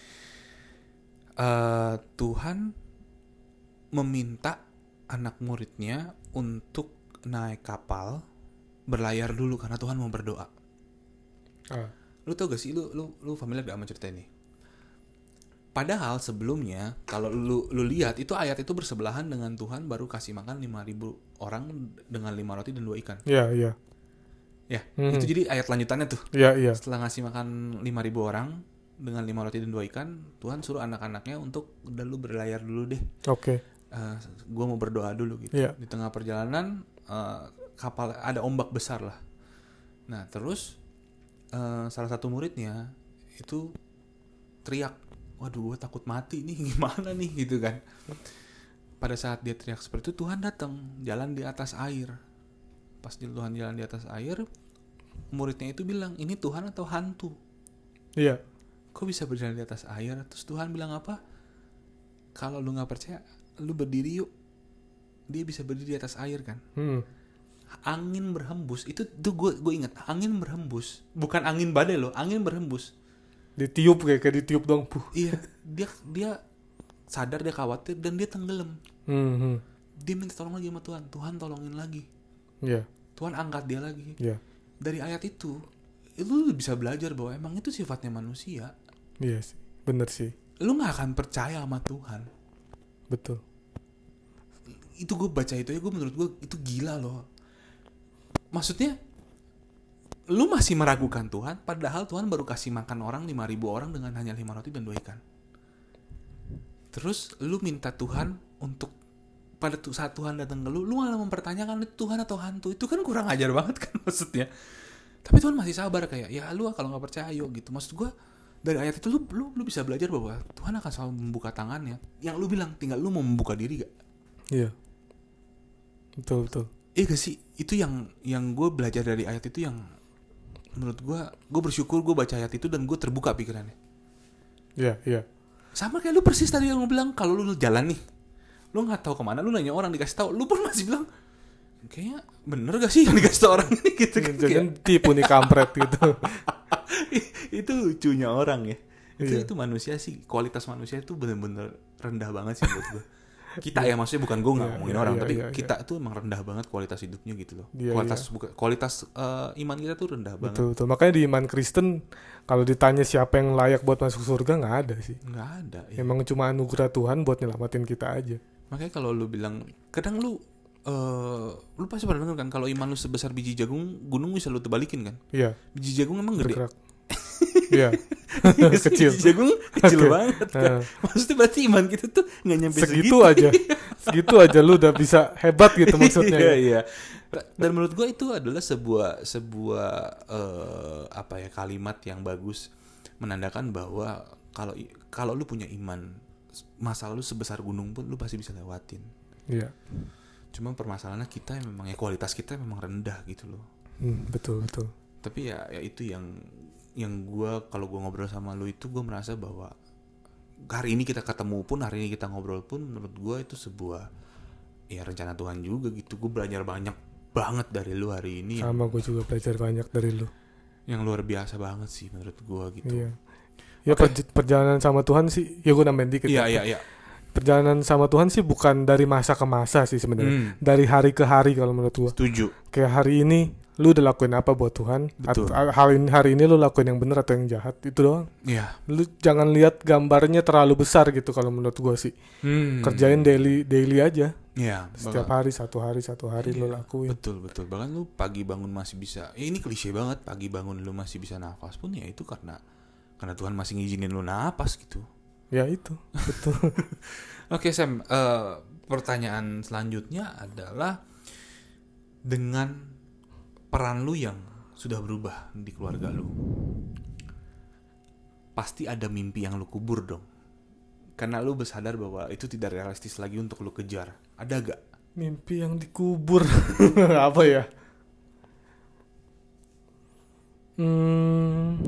Uh, Tuhan meminta anak muridnya untuk naik kapal berlayar dulu karena Tuhan mau berdoa. Ah, Lu tau gak sih, lu lu lu familiar gak sama cerita ini? Padahal sebelumnya kalau lu lu lihat itu ayat itu bersebelahan dengan Tuhan baru kasih makan lima ribu orang dengan lima roti dan dua ikan. iya iya. Ya, Mhm. itu jadi ayat lanjutannya tuh. Iya iya. Setelah ngasih makan lima ribu orang dengan lima roti dan dua ikan, Tuhan suruh anak-anaknya untuk udah lu berlayar dulu deh. Oke. Uh, gua mau berdoa dulu gitu. Iya. Di tengah perjalanan uh, kapal ada ombak besar lah. Nah, terus Uh, salah satu muridnya itu teriak, waduh gue takut mati nih, gimana nih gitu kan. Pada saat dia teriak seperti itu, Tuhan datang jalan di atas air. Pas Tuhan jalan di atas air, muridnya itu bilang, ini Tuhan atau hantu? Iya. Kok bisa berjalan di atas air? Terus Tuhan bilang apa? Kalau lu gak percaya, lu berdiri yuk. Dia bisa berdiri di atas air kan. Hmm. Angin berhembus, itu tuh gue gue ingat, angin berhembus, bukan angin badai loh, angin berhembus. Ditiup kayak kayak ditiup dong. Puh. Iya, dia dia sadar, dia khawatir dan dia tenggelam. Hmm, hmm. Dia minta tolong lagi sama Tuhan, Tuhan tolongin lagi. Iya. Tuhan angkat dia lagi. Iya. Dari ayat itu, lu bisa belajar bahwa emang itu sifatnya manusia. Iya sih. Bener sih. Lu nggak akan percaya sama Tuhan. Betul. Itu gue baca itu ya, gue menurut gue itu gila loh. Maksudnya lu masih meragukan Tuhan, padahal Tuhan baru kasih makan orang lima ribu orang dengan hanya lima roti dan dua ikan. Terus lu minta Tuhan untuk pada saat Tuhan datang ke lu, lu malah mempertanyakan itu Tuhan atau hantu. Itu kan kurang ajar banget kan maksudnya. Tapi Tuhan masih sabar kayak, ya lu kalau nggak percaya ayo gitu. Maksud gue dari ayat itu lu, lu lu bisa belajar bahwa Tuhan akan selalu membuka tangannya. Yang lu bilang tinggal lu mau membuka diri gak? Iya. Betul betul. Iya gak sih? Itu yang yang gue belajar dari ayat itu, yang menurut gue, gue bersyukur gue baca ayat itu dan gue terbuka pikirannya. Iya iya. Sama kayak lu persis tadi yang lu bilang, kalau lu jalan nih, lu nggak tahu kemana, lu nanya orang dikasih tahu, lu pun masih bilang, kayaknya bener gak sih yang dikasih tahu orang ini gitu kan? Jangan tipu nih kampret gitu. Itu lucunya orang ya. Itu Iya. itu manusia sih, kualitas manusia itu bener-bener rendah banget sih menurut gue. Kita ya, maksudnya bukan gue nggak Iya, ngomongin iya, orang, iya, tapi iya, kita tuh emang rendah banget kualitas hidupnya gitu loh. Iya, kualitas iya. buka- kualitas eh, iman kita tuh rendah banget. Betul betul. Makanya di iman Kristen kalau ditanya siapa yang layak buat masuk surga nggak ada sih. Nggak ada. Ya. Emang cuma anugerah Tuhan buat nyelamatin kita aja. Makanya kalau lu bilang, kadang lu eh lu pasti pernah denger kan kalau iman lu sebesar biji jagung, gunung bisa lu tebalikin kan? Iya. Biji jagung emang gede. Bergerak. Iya. Kecil. Biji jagung kecil Oke. banget kan. Nah, Maksudnya berarti iman kita tuh nggak nyampe segitu aja. Segitu aja lu udah bisa hebat gitu maksudnya. Iya ya. iya. Dan menurut gue itu adalah sebuah sebuah eh, apa ya kalimat yang bagus menandakan bahwa kalau i- kalau lu punya iman, masalah lu sebesar gunung pun lu pasti bisa lewatin. Iya. Cuma permasalahannya kita yang memang ya kualitas kita memang rendah gitu loh. Hmm, betul betul. Tapi ya ya itu yang yang gue kalau gue ngobrol sama lu itu gue merasa bahwa hari ini kita ketemu pun, hari ini kita ngobrol pun, menurut gue itu sebuah ya rencana Tuhan juga gitu. Gue belajar banyak banget dari lu hari ini. Sama gue juga belajar banyak dari lu. Yang luar biasa banget sih menurut gue gitu. Iya. Ya Oke. perj- perjalanan sama Tuhan sih, ya gue nambahin dikit. Iya ya. iya iya. Perjalanan sama Tuhan sih bukan dari masa ke masa sih sebenarnya. Hmm, Dari hari ke hari kalau menurut gue. setuju. Kayak hari ini lu udah lakuin apa buat Tuhan? Betul. At- hari ini hari ini lu lakuin yang benar atau yang jahat? Itu doang. Iya. Lu jangan lihat gambarnya terlalu besar gitu kalau menurut gue sih. Hmm. Kerjain daily daily aja. Iya. Setiap bahkan- hari satu hari satu hari lu Iya, lakuin. Betul betul. Bahkan lu pagi bangun masih bisa. Ya ini klise banget. Pagi bangun lu masih bisa nafas pun ya itu karena karena Tuhan masih ngizinin lu nafas gitu. Ya itu, betul. Oke Sam, eh, pertanyaan selanjutnya adalah dengan peran lu yang sudah berubah di keluarga lu, pasti ada mimpi yang lu kubur dong, karena lu bersadar bahwa itu tidak realistis lagi untuk lu kejar. Ada gak? Mimpi yang dikubur. Apa ya? Hmm,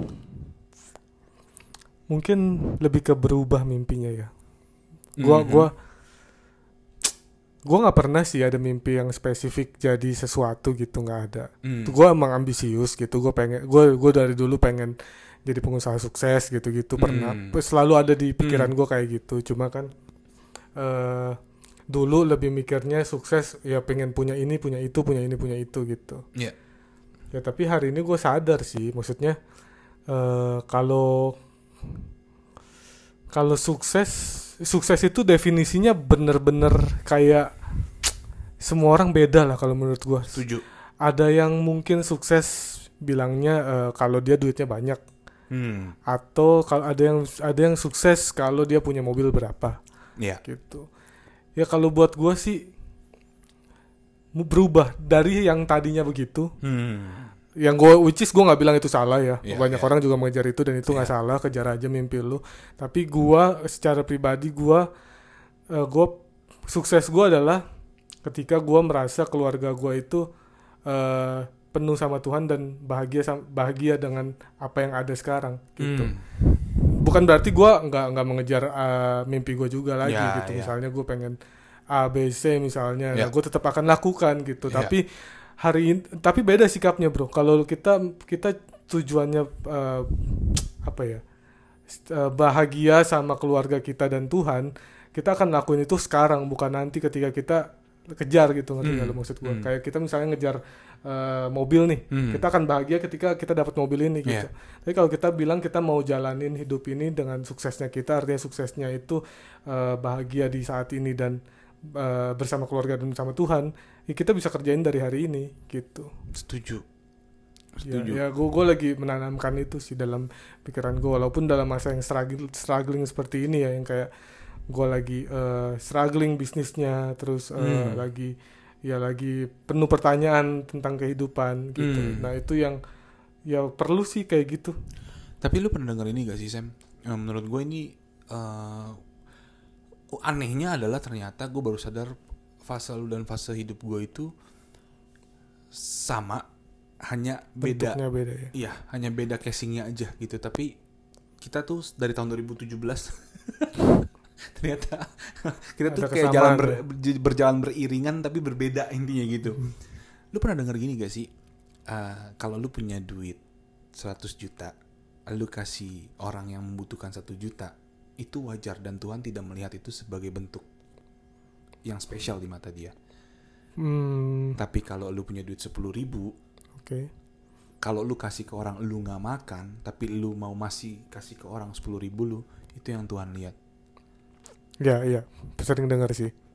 mungkin lebih ke berubah mimpinya ya. Gua Mhm. gua gua nggak pernah sih ada mimpi yang spesifik jadi sesuatu gitu, nggak ada. Hmm. Gue emang ambisius gitu. Gue pengen, gue gue dari dulu pengen jadi pengusaha sukses gitu-gitu. Pernah, Hmm. selalu ada di pikiran gue kayak gitu. Cuma kan eh dulu lebih mikirnya sukses ya pengen punya ini, punya itu, punya ini, punya itu gitu. Iya. Ya tapi hari ini gue sadar sih, maksudnya eh kalau kalau sukses sukses itu definisinya bener-bener kayak semua orang beda lah kalau menurut gue. Setuju. Ada yang mungkin sukses bilangnya eh, kalau dia duitnya banyak, Hmm. atau kalau ada yang ada yang sukses kalau dia punya mobil berapa Iya. gitu. Ya kalau buat gue sih mu- berubah dari yang tadinya begitu, Hmm. yang gue which is gue nggak bilang itu salah ya. Iya, Banyak iya. orang juga mengejar itu dan itu nggak Iya. salah, kejar aja mimpi lu. Tapi gue secara pribadi gue eh, gue sukses gue adalah ketika gue merasa keluarga gue itu eh, penuh sama Tuhan dan bahagia sam- bahagia dengan apa yang ada sekarang gitu. Hmm. Bukan berarti gue nggak nggak mengejar uh, mimpi gue juga lagi Ya, gitu. ya. Misalnya gue pengen A B C misalnya, Ya. nah, gue tetap akan lakukan gitu. Ya. Tapi hari ini, tapi beda sikapnya bro. Kalau kita kita tujuannya uh, apa ya, uh, bahagia sama keluarga kita dan Tuhan, kita akan lakuin itu sekarang, bukan nanti ketika kita kejar gitu. Ngerti nggak Hmm. lo maksud gue? Hmm. Kayak kita misalnya ngejar uh, mobil nih, Hmm. kita akan bahagia ketika kita dapat mobil ini gitu. Yeah. Tapi kalau kita bilang kita mau jalanin hidup ini dengan suksesnya kita, artinya suksesnya itu uh, bahagia di saat ini dan uh, bersama keluarga dan bersama Tuhan, ya kita bisa kerjain dari hari ini gitu. Setuju. Ya, Setuju. ya gue gue lagi menanamkan itu sih dalam pikiran gue, walaupun dalam masa yang struggling, struggling seperti ini ya, yang kayak gue lagi uh, struggling bisnisnya, terus uh, Hmm. lagi ya lagi penuh pertanyaan tentang kehidupan gitu. Hmm. Nah itu yang ya perlu sih kayak gitu. Tapi lu pernah denger ini gak sih Sam? Eh, menurut gue ini eh, anehnya adalah ternyata gue baru sadar fase lu dan fase hidup gue itu sama, hanya beda. Bentuknya beda ya. Iya, hanya beda casingnya aja gitu. Tapi kita tuh dari tahun dua ribu tujuh belas ternyata kita tuh Ada kayak kesamaan jalan ber, ya. ber- berjalan beriringan tapi berbeda intinya gitu. Lu pernah denger gini gak sih? Eh, kalau lu punya duit seratus juta, lu kasih orang yang membutuhkan satu juta, itu wajar dan Tuhan tidak melihat itu sebagai bentuk yang spesial di mata dia. Hmm, Tapi kalau lu punya duit sepuluh ribu, oke. kalau lu kasih ke orang lu gak makan, tapi lu mau masih kasih ke orang sepuluh ribu lu, itu yang Tuhan lihat. Ya, iya, sering dengar sih.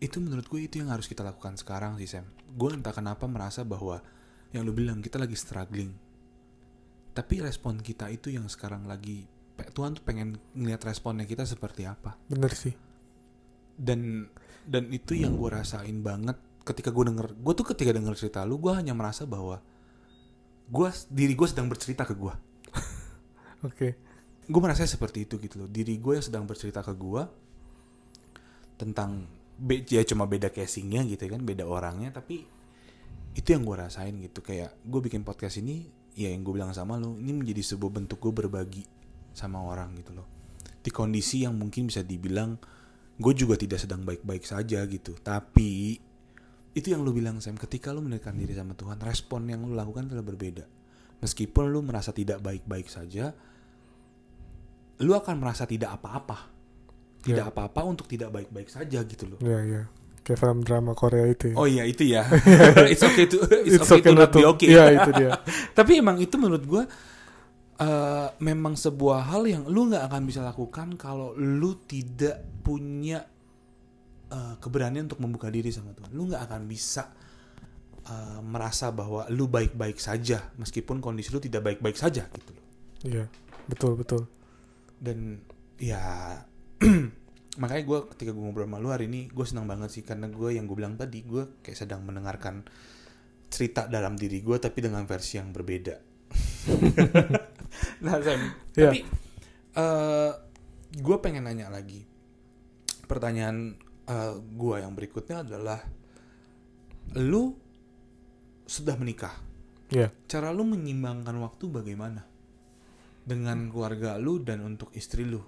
itu menurut gue itu yang harus kita lakukan sekarang sih Sam. Gue entah kenapa merasa bahwa yang lu bilang kita lagi struggling, tapi respon kita itu yang sekarang lagi Tuhan tuh pengen ngeliat responnya kita seperti apa. Bener sih. Dan dan itu yang gue rasain banget ketika gue denger, gue tuh ketika denger cerita lu, gue hanya merasa bahwa gue diri gue sedang bercerita ke gue. Oke. Okay. Gue merasa seperti itu gitu loh, diri gue yang sedang bercerita ke gue tentang be- ya cuma beda casingnya gitu kan, beda orangnya, tapi itu yang gue rasain gitu. Kayak gue bikin podcast ini, ya yang gue bilang sama lu, ini menjadi sebuah bentuk gue berbagi sama orang gitu loh, di kondisi yang mungkin bisa dibilang gue juga tidak sedang baik-baik saja gitu. Tapi itu yang lu bilang Sam, ketika lu mendekatkan diri sama Tuhan, respon yang lu lakukan adalah berbeda. Meskipun lu merasa tidak baik-baik saja, lu akan merasa tidak apa-apa. Tidak yeah. apa-apa untuk tidak baik-baik saja gitu loh. Iya, yeah, iya. Yeah. Kayak film drama Korea itu ya. Oh iya, itu ya. It's okay to it's, it's okay, okay to not be okay. Iya, itu dia. Tapi emang itu menurut gue uh, memang sebuah hal yang lu gak akan bisa lakukan kalau lu tidak punya uh, keberanian untuk membuka diri sama Tuhan. Lu gak akan bisa uh, merasa bahwa lu baik-baik saja meskipun kondisi lu tidak baik-baik saja gitu loh. Iya, betul, betul. Dan ya makanya gue ketika gue ngobrol sama lu hari ini, gue senang banget sih, karena gue yang gue bilang tadi, gue kayak sedang mendengarkan cerita dalam diri gue tapi dengan versi yang berbeda. Nah Sam, yeah. tapi uh, gue pengen nanya lagi. Pertanyaan uh, gue yang berikutnya adalah, lu sudah menikah, yeah. cara lu menyimbangkan waktu bagaimana dengan keluarga lu dan untuk istri lu?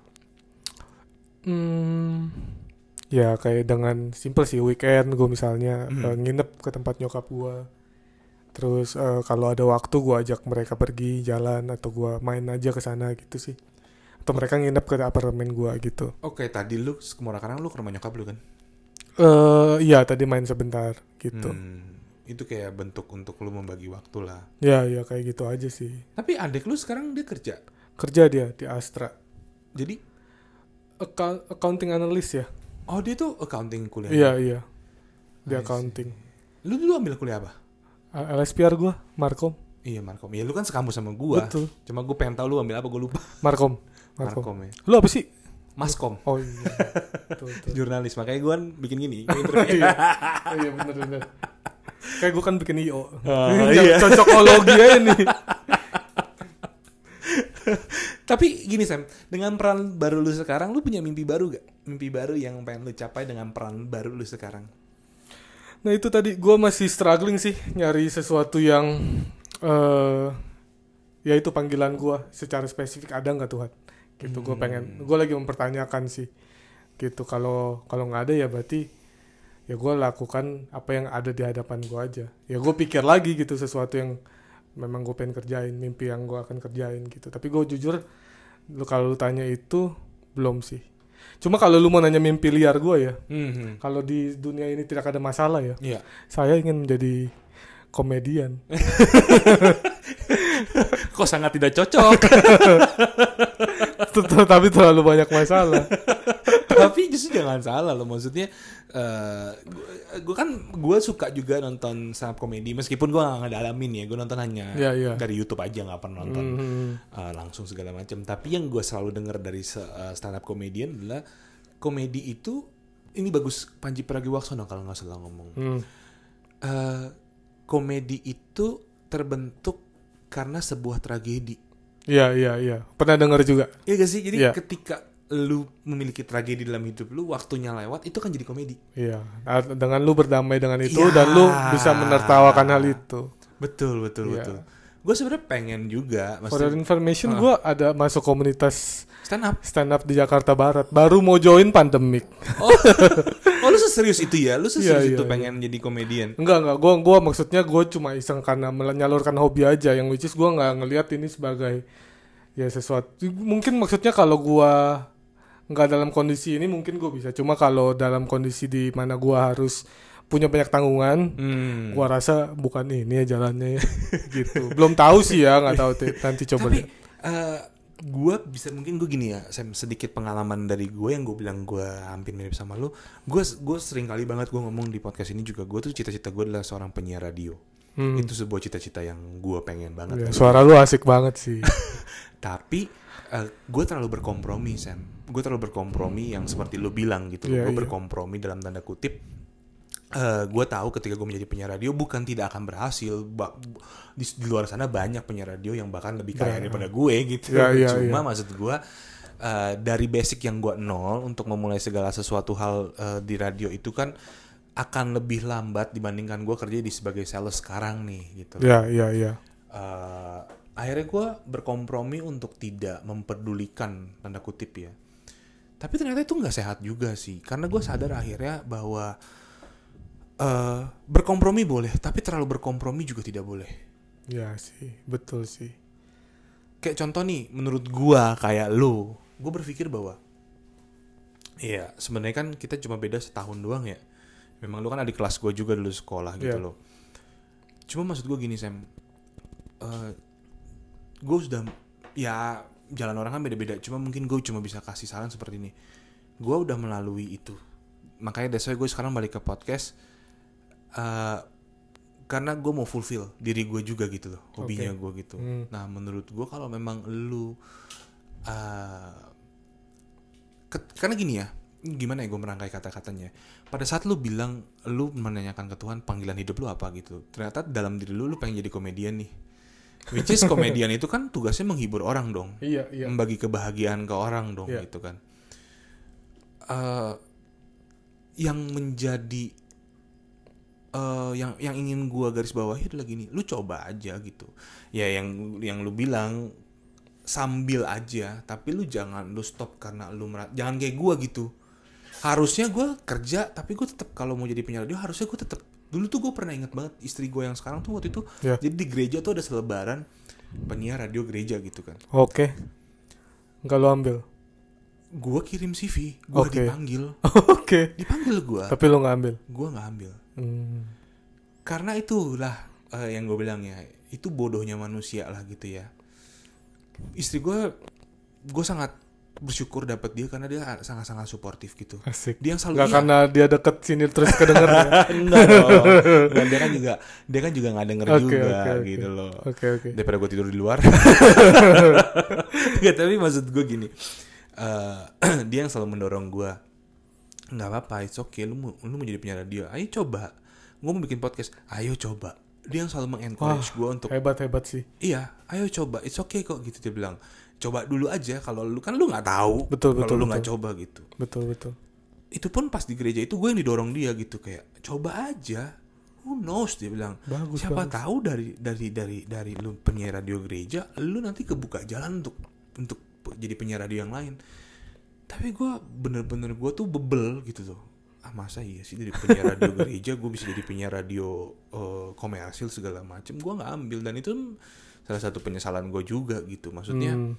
Hmm, ya kayak dengan simple sih, weekend gue misalnya hmm. uh, nginep ke tempat nyokap gue. Terus uh, kalau ada waktu gue ajak mereka pergi jalan atau gue main aja ke sana gitu sih. Atau mereka nginep ke apartemen gue gitu. Oke, okay, tadi lu kemana karang lu ke rumah nyokap lu kan? Eh, uh, iya tadi main sebentar gitu. Hmm, itu kayak bentuk untuk lu membagi waktu lah. Ya, ya kayak gitu aja sih. Tapi adik lu sekarang dia kerja? Kerja dia di Astra. Jadi Account, accounting analyst ya. Oh dia tuh accounting kuliah. Iya iya. Di accounting. Lu dulu ambil kuliah apa? L S P R gue, Markom. Iya Markom. Ya lu kan sekampus sama gue. Betul. Cuma gue pengen tahu lu ambil apa, gue lupa. Markom. Markom. Markom ya. Lu apa sih? Maskom. Oh iya. Betul, betul. Jurnalis, makanya gue kan bikin gini. Iya. Oh, iya benar benar. Kayak gue kan bikin I O. Oh, iya. Cocokologi aja nih. Tapi gini Sam, dengan peran baru lu sekarang, lu punya mimpi baru gak? Mimpi baru yang pengen lu capai dengan peran baru lu sekarang? Nah itu tadi gue masih struggling sih, nyari sesuatu yang uh, ya itu panggilan gue secara spesifik ada nggak Tuhan? Gitu hmm. gue pengen, gue lagi mempertanyakan sih. Gitu kalau kalau nggak ada ya berarti ya gue lakukan apa yang ada di hadapan gue aja. Ya gue pikir lagi gitu sesuatu yang memang gue pengen kerjain, mimpi yang gue akan kerjain gitu. Tapi gue jujur, lu kalau lu tanya itu belum sih. Cuma kalau lu mau nanya mimpi liar gue ya, mm-hmm. kalau di dunia ini tidak ada masalah ya, yeah. saya ingin menjadi komedian. Kok sangat tidak cocok. Tapi terlalu banyak masalah. Tapi justru jangan salah loh, maksudnya uh, gue kan gue suka juga nonton stand up comedy, meskipun gue nggak ngalamin ya, gue nonton hanya yeah, yeah. dari YouTube aja, nggak pernah nonton mm-hmm. uh, langsung segala macam. Tapi yang gue selalu dengar dari uh, stand up comedian adalah komedi itu, ini bagus Panji Pragiwaksono kalau nggak salah ngomong, mm. uh, komedi itu terbentuk karena sebuah tragedi. Iya iya iya, pernah dengar juga. Iya gak sih, jadi yeah. ketika lu memiliki tragedi dalam hidup lu, waktunya lewat, itu kan jadi komedi. Iya, dengan lu berdamai dengan itu ya. Dan lu bisa menertawakan hal itu. Betul betul ya. Betul. Gue sebenarnya pengen juga. For your information, uh. gue ada masuk komunitas stand up stand up di Jakarta Barat. Baru mau join pandemik. Oh, oh lu seserius itu ya? Lu seserius ya, itu ya, pengen ya. Jadi komedian? Enggak enggak. Gue gue maksudnya gue cuma iseng karena menyalurkan hobi aja. Yang which is gue nggak ngelihat ini sebagai ya sesuatu. Mungkin maksudnya kalau gue nggak dalam kondisi ini mungkin gue bisa, cuma kalau dalam kondisi di mana gue harus punya banyak tanggungan, hmm. gue rasa bukan ini ya jalannya ya. Gitu. Belum tahu sih ya, nggak tahu t- nanti coba. Tapi uh, gue bisa mungkin gue gini ya, sedikit pengalaman dari gue yang gue bilang gue hampir mirip sama lu. Gue gue sering kali banget gue ngomong di podcast ini juga, gue tuh cita-cita gue adalah seorang penyiar radio. Hmm. Itu sebuah cita-cita yang gue pengen banget. Ya, suara lu asik banget sih. Tapi uh, gue terlalu berkompromi, Sam. Gue terlalu berkompromi yang seperti lu bilang gitu. Yeah, gue yeah. berkompromi dalam tanda kutip. Uh, gue tahu ketika gue menjadi penyiar radio bukan tidak akan berhasil. Ba- di, di luar sana banyak penyiar radio yang bahkan lebih kaya yeah. daripada gue gitu. Yeah, yeah, Cuma yeah. maksud gue uh, dari basic yang gue nol untuk memulai segala sesuatu hal uh, di radio itu kan akan lebih lambat dibandingkan gue kerja di sebagai sales sekarang nih gitu. Iya iya iya. Akhirnya gue berkompromi untuk tidak memperdulikan tanda kutip ya. Tapi ternyata itu nggak sehat juga sih, karena gue sadar akhirnya bahwa Uh, berkompromi boleh, tapi terlalu berkompromi juga tidak boleh. Ya sih, betul sih. Kayak contoh nih, menurut gua kayak lu, gua berpikir bahwa, iya sebenarnya kan kita cuma beda setahun doang ya. Memang lu kan adik kelas gua juga dulu sekolah gitu yeah. loh. Cuma maksud gua gini Sam, uh, gua sudah, ya jalan orang kan beda-beda. Cuma mungkin gua cuma bisa kasih saran seperti ini. Gua udah melalui itu, makanya that's why gue sekarang balik ke podcast. Uh, karena gue mau fulfill diri gue juga gitu loh, hobinya okay. gue gitu. Hmm. Nah menurut gue kalau memang lu, uh, ke- karena gini ya, gimana ya gue merangkai kata-katanya. Pada saat lu bilang lu menanyakan ke Tuhan panggilan hidup lu apa gitu, ternyata dalam diri lu lu pengen jadi komedian nih. Which is komedian itu kan tugasnya menghibur orang dong, iya, iya. membagi kebahagiaan ke orang dong iya. gitu kan. Uh, yang menjadi Uh, yang yang ingin gua garis bawahi adalah gini, lu coba aja gitu. Ya yang yang lu bilang sambil aja, tapi lu jangan lu stop karena lu merat, jangan kayak gua gitu. Harusnya gua kerja, tapi gua tetap kalau mau jadi penyiar radio harusnya gua tetap. Dulu tuh gua pernah ingat banget istri gua yang sekarang tuh waktu itu, yeah. jadi di gereja tuh ada selebaran penyiar radio gereja gitu kan. Oke. Okay. Enggak lu ambil. Gua kirim C V, gua okay. dipanggil. Oke. Okay. Dipanggil gua. Tapi lu enggak ambil. Gua enggak ambil. Hmm. Karena itulah uh, yang gue bilang ya, itu bodohnya manusia lah gitu ya. Istri gue, gue sangat bersyukur dapat dia karena dia sangat-sangat suportif gitu. Asik. Dia yang selalu nggak iya. Karena dia deket sini terus kedenger ya. Enggak dong. Enggak, dia kan juga dia kan juga nggak denger okay, juga okay, okay. gitu loh. Oke okay, oke. Okay. Daripada gue tidur di luar. Gak, tapi maksud gue gini, uh, dia yang selalu mendorong gue. Nggak apa-apa, it's okay. Lu mau lu mau jadi penyiar radio, ayo coba. Gue mau bikin podcast, ayo coba. Dia yang selalu mengencourage gue untuk hebat-hebat sih. Iya, ayo coba, it's okay kok gitu dia bilang. Coba dulu aja, kalau lu kan lu nggak tahu. Betul betul. Kalau lu nggak betul. coba gitu. Betul betul. Itu pun pas di gereja itu gue yang didorong dia gitu, kayak coba aja. Who knows, dia bilang. Bagus, siapa bagus. tahu dari dari dari dari lu penyiar radio gereja, lu nanti kebuka jalan untuk untuk jadi penyiar radio yang lain. Tapi gue bener-bener gue tuh bebel gitu tuh. Ah masa iya sih dari penyiar radio gereja gue bisa jadi penyiar radio uh, komersil segala macem. Gue nggak ambil, dan itu salah satu penyesalan gue juga gitu. Maksudnya hmm.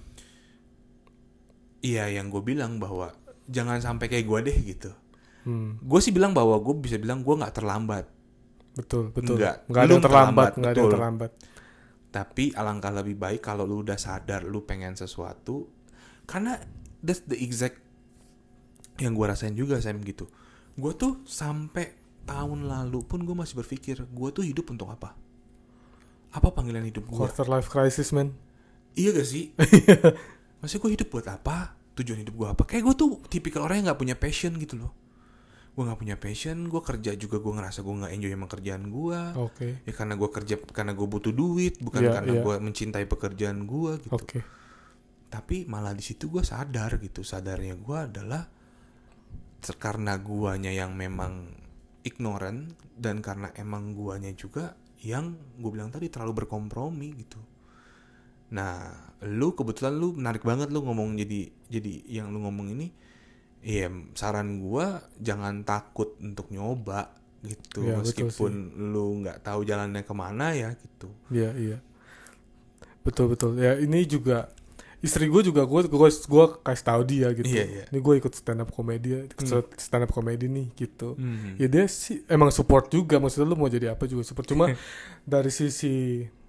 iya yang gue bilang bahwa jangan sampai kayak gue deh gitu. Hmm. Gue sih bilang bahwa gue bisa bilang gue nggak terlambat. Betul betul. Nggak, nggak ada yang terlambat, nggak ada yang terlambat. Tapi alangkah lebih baik kalau lu udah sadar lu pengen sesuatu, karena that's the exact yang gue rasain juga Sam gitu. Gue tuh sampai tahun lalu pun gue masih berpikir gue tuh hidup untuk apa? Apa panggilan hidup gue? Quarter life crisis man. Iya gak sih? Maksudnya gue hidup buat apa? Tujuan hidup gue apa? Kayak gue tuh tipikal orang yang gak punya passion gitu loh. Gue gak punya passion. Gue kerja juga gue ngerasa gue gak enjoy sama kerjaan gue. Oke. Okay. Ya karena gue kerja karena gue butuh duit, bukan yeah, karena yeah. gue mencintai pekerjaan gue gitu. Oke. Okay. Tapi malah di situ gue sadar gitu. Sadarnya gue adalah karena guanya yang memang ignorant, dan karena emang guanya juga yang gue bilang tadi terlalu berkompromi gitu. Nah, lu kebetulan lu menarik banget lu ngomong jadi jadi yang lu ngomong ini, iya saran gue jangan takut untuk nyoba gitu ya, meskipun lu nggak tahu jalannya kemana ya gitu. Iya iya betul betul ya. Ini juga istri gue juga gue gue gue kasih tahu dia gitu. Yeah, yeah. Ini gue ikut stand up komedi, hmm. stand up komedi nih gitu. Hmm. Ya dia sih emang support juga, maksudnya lu mau jadi apa juga support. Cuma dari sisi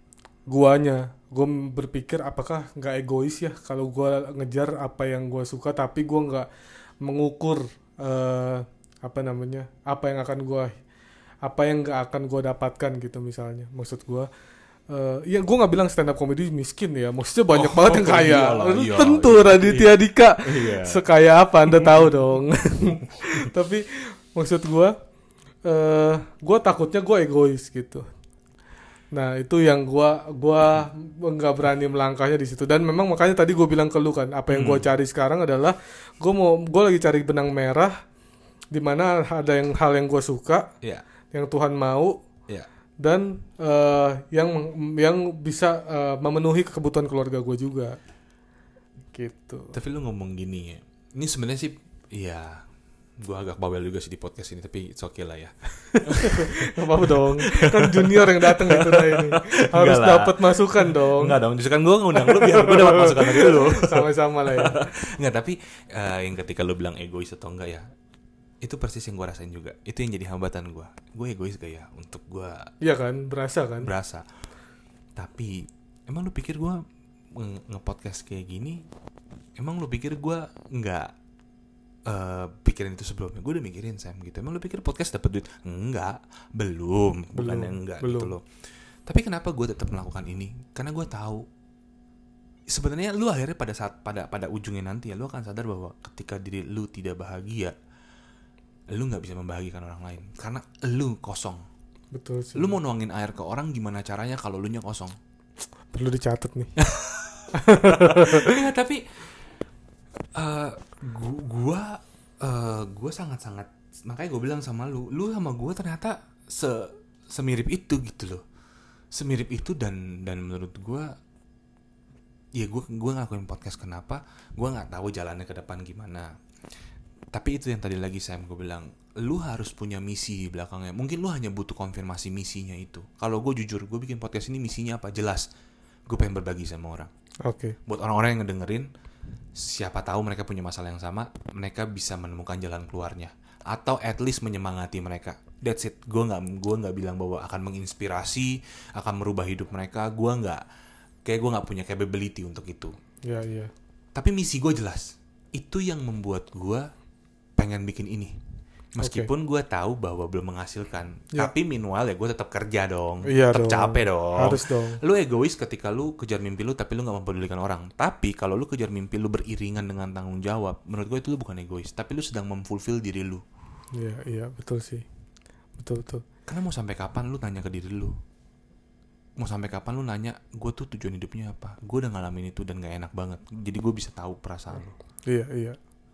guanya. Gue berpikir apakah nggak egois ya kalau gue ngejar apa yang gue suka tapi gue nggak mengukur uh, apa namanya apa yang akan gue apa yang nggak akan gue dapatkan gitu misalnya. Maksud gue Uh, ya gue nggak bilang stand up comedy miskin ya, maksudnya banyak oh, banget yang kaya. Iyalah, iya, tentu iya, Raditya iya, Dika iya. Sekaya apa anda tahu dong. Tapi maksud gue, uh, gue takutnya gue egois gitu. Nah itu yang gue gue nggak berani melangkahnya di situ. Dan memang makanya tadi gue bilang ke lu kan, apa yang hmm. gue cari sekarang adalah gue mau gue lagi cari benang merah, di mana ada yang hal yang gue suka, yeah. yang Tuhan mau. Yeah. Dan uh, yang yang bisa uh, memenuhi kebutuhan keluarga gue juga gitu. Tapi lu ngomong gini ya, ini sebenarnya sih ya gue agak bawel juga sih di podcast ini, tapi it's okay lah ya. Gak apa-apa dong, kan junior yang datang gitu lah ini harus dapat masukan dong. Enggak dong, justru kan gue ngundang lu biar gue dapat masukan dari lu. Sama-sama lah ya. Enggak, tapi uh, yang ketika lu bilang egois atau enggak ya, itu persis yang gue rasain juga. Itu yang jadi hambatan gue. Gue egois gak ya untuk gue? Iya kan, berasa kan? Berasa. Tapi emang lu pikir gue nge-podcast kayak gini? Emang lu pikir gue nggak uh, pikirin itu sebelumnya? Gue udah mikirin Sam gitu. Emang lu pikir podcast dapat duit? Enggak, belum. Bukan yang enggak belum. Gitu loh. Tapi kenapa gue tetap melakukan ini? Karena gue tahu sebenarnya lu akhirnya pada saat pada pada ujungnya nanti ya lu akan sadar bahwa ketika diri lu tidak bahagia, lu nggak bisa membahagiakan orang lain karena lu kosong. Betul sih. Lu mau nuangin air ke orang gimana caranya kalau lu nya kosong? Perlu dicatat nih. Ya, tapi uh, gua gua, uh, gua sangat-sangat, makanya gue bilang sama lu, lu sama gua ternyata se semirip itu gitu loh, semirip itu dan dan menurut gua ya gua gua ngelakuin podcast kenapa? Gua nggak tahu jalannya ke depan gimana. Tapi itu yang tadi lagi Sam gue bilang, lu harus punya misi di belakangnya. Mungkin lu hanya butuh konfirmasi misinya itu. Kalau gue jujur, gue bikin podcast ini misinya apa? Jelas, gue pengen berbagi sama orang. Oke. Okay. Buat orang-orang yang ngedengerin, siapa tahu mereka punya masalah yang sama, mereka bisa menemukan jalan keluarnya. Atau at least menyemangati mereka. That's it. Gue nggak gue nggak bilang bahwa akan menginspirasi, akan merubah hidup mereka. Gue nggak, kayak gue nggak punya capability untuk itu. Iya yeah, iya. Yeah. Tapi misi gue jelas. Itu yang membuat gue pengen bikin ini. Meskipun okay. gue tahu bahwa belum menghasilkan. Ya. Tapi meanwhile ya gue tetap kerja dong. Iya tetap dong. capek dong. Harus dong. Lu egois ketika lu kejar mimpi lu tapi lu gak mempedulikan orang. Tapi kalau lu kejar mimpi lu beriringan dengan tanggung jawab, menurut gue itu lu bukan egois. Tapi lu sedang memfulfill diri lu. Iya, iya betul sih. Betul, betul. Karena mau sampai kapan lu tanya ke diri lu? Mau sampai kapan lu nanya, gue tuh tujuan hidupnya apa? Gue udah ngalamin itu dan gak enak banget. Jadi gue bisa tahu perasaan lu. Iya, iya.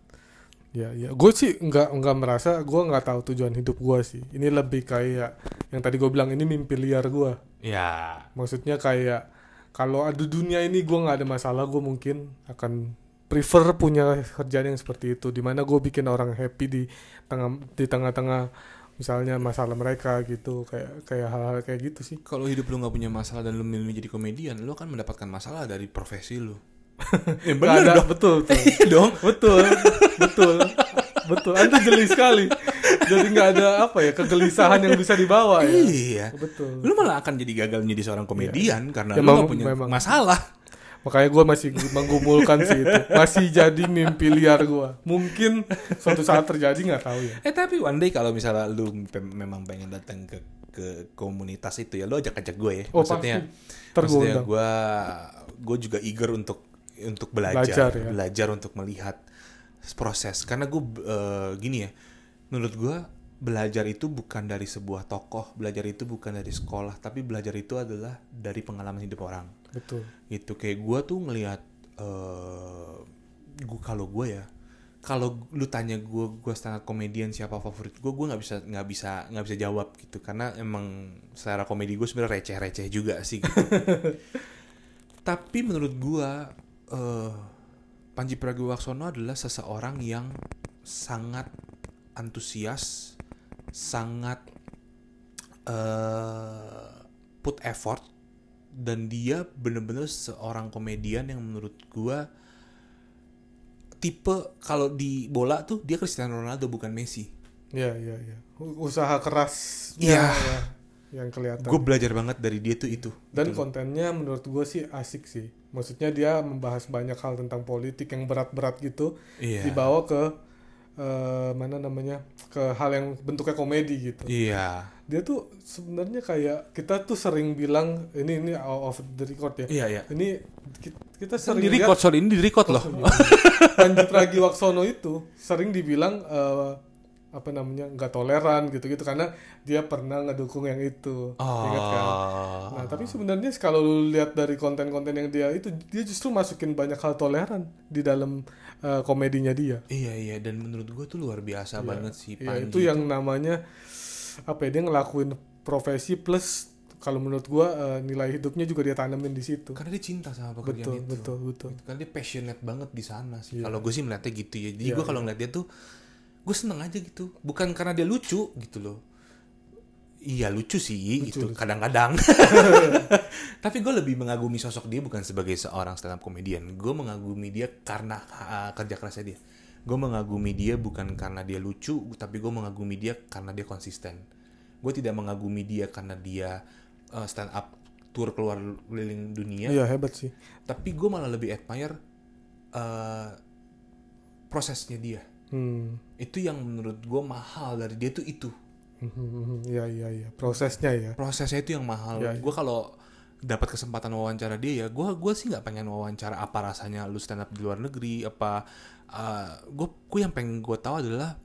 Ya, ya, gue sih nggak nggak merasa gue nggak tahu tujuan hidup gue sih. Ini lebih kayak yang tadi gue bilang, ini mimpi liar gue. Ya. Maksudnya kayak kalau ada dunia ini gue nggak ada masalah, gue mungkin akan prefer punya kerjaan yang seperti itu, dimana gue bikin orang happy di tengah di tengah-tengah misalnya masalah mereka gitu, kayak kayak hal-hal kayak gitu sih. Kalau hidup lu nggak punya masalah dan lu milih jadi komedian, lu akan mendapatkan masalah dari profesi lu. Ya benar dong. Betul, betul. dong. Betul, betul, betul. Anda jeli sekali. Jadi nggak ada apa ya kegelisahan yang bisa dibawa ya. Iya, betul. Lu malah akan jadi gagal menjadi seorang komedian ya. Karena ya, lu nggak punya memang masalah. Makanya gue masih menggumulkan sih itu. Masih jadi mimpi liar gue. Mungkin suatu saat terjadi nggak tahu ya. Eh tapi one day kalau misalnya lu pe- memang pengen datang ke ke komunitas itu ya, lu ajak-ajak gue ya. Oh, maksudnya, pasti. maksudnya gue gue juga eager untuk untuk belajar, belajar, ya. belajar untuk melihat proses. Karena gue uh, gini ya, menurut gue belajar itu bukan dari sebuah tokoh, belajar itu bukan dari sekolah, tapi belajar itu adalah dari pengalaman hidup orang. Betul. Gitu, kayak gue tuh ngelihat, uh, gue kalau gue ya, kalau lu tanya gue, gue stand up comedian siapa favorit gue, gue nggak bisa nggak bisa nggak bisa jawab gitu, karena emang selera komedi gue sebenarnya receh-receh juga sih. Gitu. Tapi menurut gue, uh, Panji Pragiwaksono adalah seseorang yang sangat antusias, sangat uh, put effort, dan dia benar-benar seorang komedian yang menurut gua tipe kalau di bola tuh dia Cristiano Ronaldo bukan Messi. Iya iya iya. Usaha keras. Iya. Ya. yang kelihatan. Gue belajar banget dari dia tuh itu. Dan gitu. kontennya menurut gue sih asik sih. Maksudnya dia membahas banyak hal tentang politik yang berat-berat gitu, Iya. dibawa ke uh, mana namanya ke hal yang bentuknya komedi gitu. Iya. Dia tuh sebenarnya kayak kita tuh sering bilang ini ini out of the record ya. Iya, iya. Ini kita, kita Sering sering di record, lihat sorry ini di record loh. Panji Pragiwaksono itu sering dibilang uh, apa namanya nggak toleran gitu-gitu karena dia pernah ngedukung yang itu. Oh. Ingat kan? Nah, tapi sebenarnya kalau lu lihat dari konten-konten yang dia itu, dia justru masukin banyak hal toleran di dalam uh, komedinya dia. Iya iya dan menurut gue tuh luar biasa Iya. banget sih Iya, Panji. itu yang namanya apa ya, dia ngelakuin profesi plus kalau menurut gue uh, nilai hidupnya juga dia tanemin di situ. Karena dia cinta sama pekerjaan Betul, itu. betul, betul. Karena dia passionate banget di sana sih. Iya. Kalau gue sih melihatnya gitu ya. Jadi Iya, gue kalau iya. ngeliat dia tuh gue seneng aja gitu. Bukan karena dia lucu gitu loh. Iya lucu sih Lucu, gitu lucu. kadang-kadang. Tapi gue lebih mengagumi sosok dia bukan sebagai seorang stand up comedian. Gue mengagumi dia karena uh, kerja kerasnya dia. Gue mengagumi dia bukan karena dia lucu, tapi gue mengagumi dia karena dia konsisten. Gue tidak mengagumi dia karena dia uh, stand up tour keluar keliling dunia. Iya, hebat sih. Tapi gue malah lebih admire uh, prosesnya dia. Hmm. Itu yang menurut gue mahal dari dia tuh itu. Iya, iya, iya. Prosesnya ya. Prosesnya itu yang mahal. Ya, ya. Gue kalau dapat kesempatan wawancara dia ya, gue gue sih nggak pengen wawancara apa rasanya lu stand up di luar negeri apa. Gue uh, gue yang pengen gue tahu adalah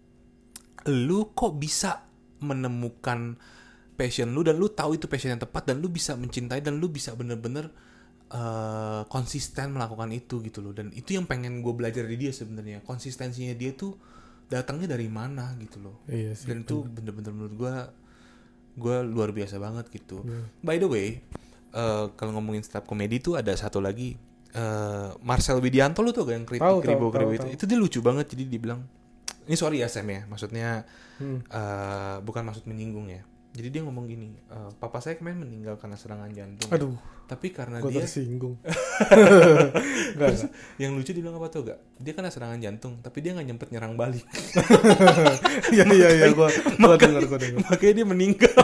lu kok bisa menemukan passion lu dan lu tahu itu passion yang tepat dan lu bisa mencintai dan lu bisa bener-bener uh, konsisten melakukan itu gitu loh. Dan itu yang pengen gue belajar dari dia sebenarnya. Konsistensinya dia tuh datangnya dari mana gitu loh. Iya sih. Dan itu bener-bener menurut gue gue luar biasa banget gitu. Yeah. By the way, uh, kalau ngomongin stand up comedy tuh ada satu lagi uh, Marcel Widianto lu tuh gak yang kritik Tahu, tahu, kribo-kribo tahu, itu. tahu. Itu dia lucu banget jadi dia bilang, ini sorry ya Sam ya, maksudnya Hmm. uh, bukan maksud menyinggung ya. Jadi dia ngomong gini, uh, papa saya kemarin meninggal karena serangan jantung. Aduh, Tapi karena gue dia tersinggung. Terus yang lucu dia bilang apa tuh gak? Dia kena serangan jantung, tapi dia nggak nyempet nyerang balik. Iya, iya, iya. Gue gue dengar, gue dengar. Makanya dia meninggal.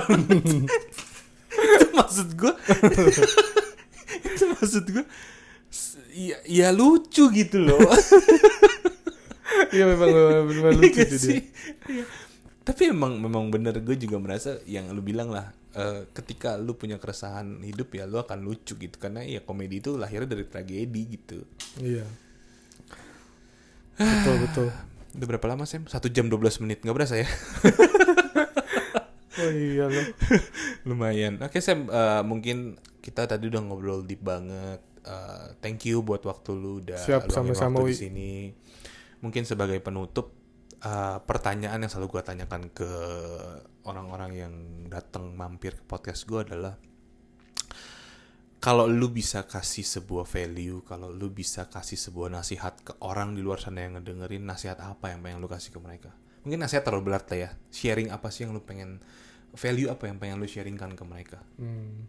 Itu maksud gue. Itu maksud gue. Ya, ya lucu gitu loh. Iya, memang memang lucu Iya sih dia. sih. Iya. Tapi memang memang bener gue juga merasa yang lu bilang lah, uh, ketika lu punya keresahan hidup ya lu akan lucu gitu karena ya komedi itu lahirnya dari tragedi gitu. Iya. Betul, betul. Udah berapa lama Sam? satu jam dua belas menit nggak berasa ya? Oh iya loh. Lumayan. Oke Sam, uh, mungkin kita tadi udah ngobrol deep banget. Uh, thank you buat waktu lu udah Siap, luangin sama-sama, waktu Wi. di sini. Mungkin sebagai penutup, uh, pertanyaan yang selalu gue tanyakan ke orang-orang yang datang mampir ke podcast gue adalah, kalau lu bisa kasih sebuah value, kalau lu bisa kasih sebuah nasihat ke orang di luar sana yang ngedengerin, nasihat apa yang pengen lu kasih ke mereka? Mungkin nasihat terlalu berat lah ya. Sharing apa sih yang lu pengen, value apa yang pengen lu sharingkan ke mereka? Hmm.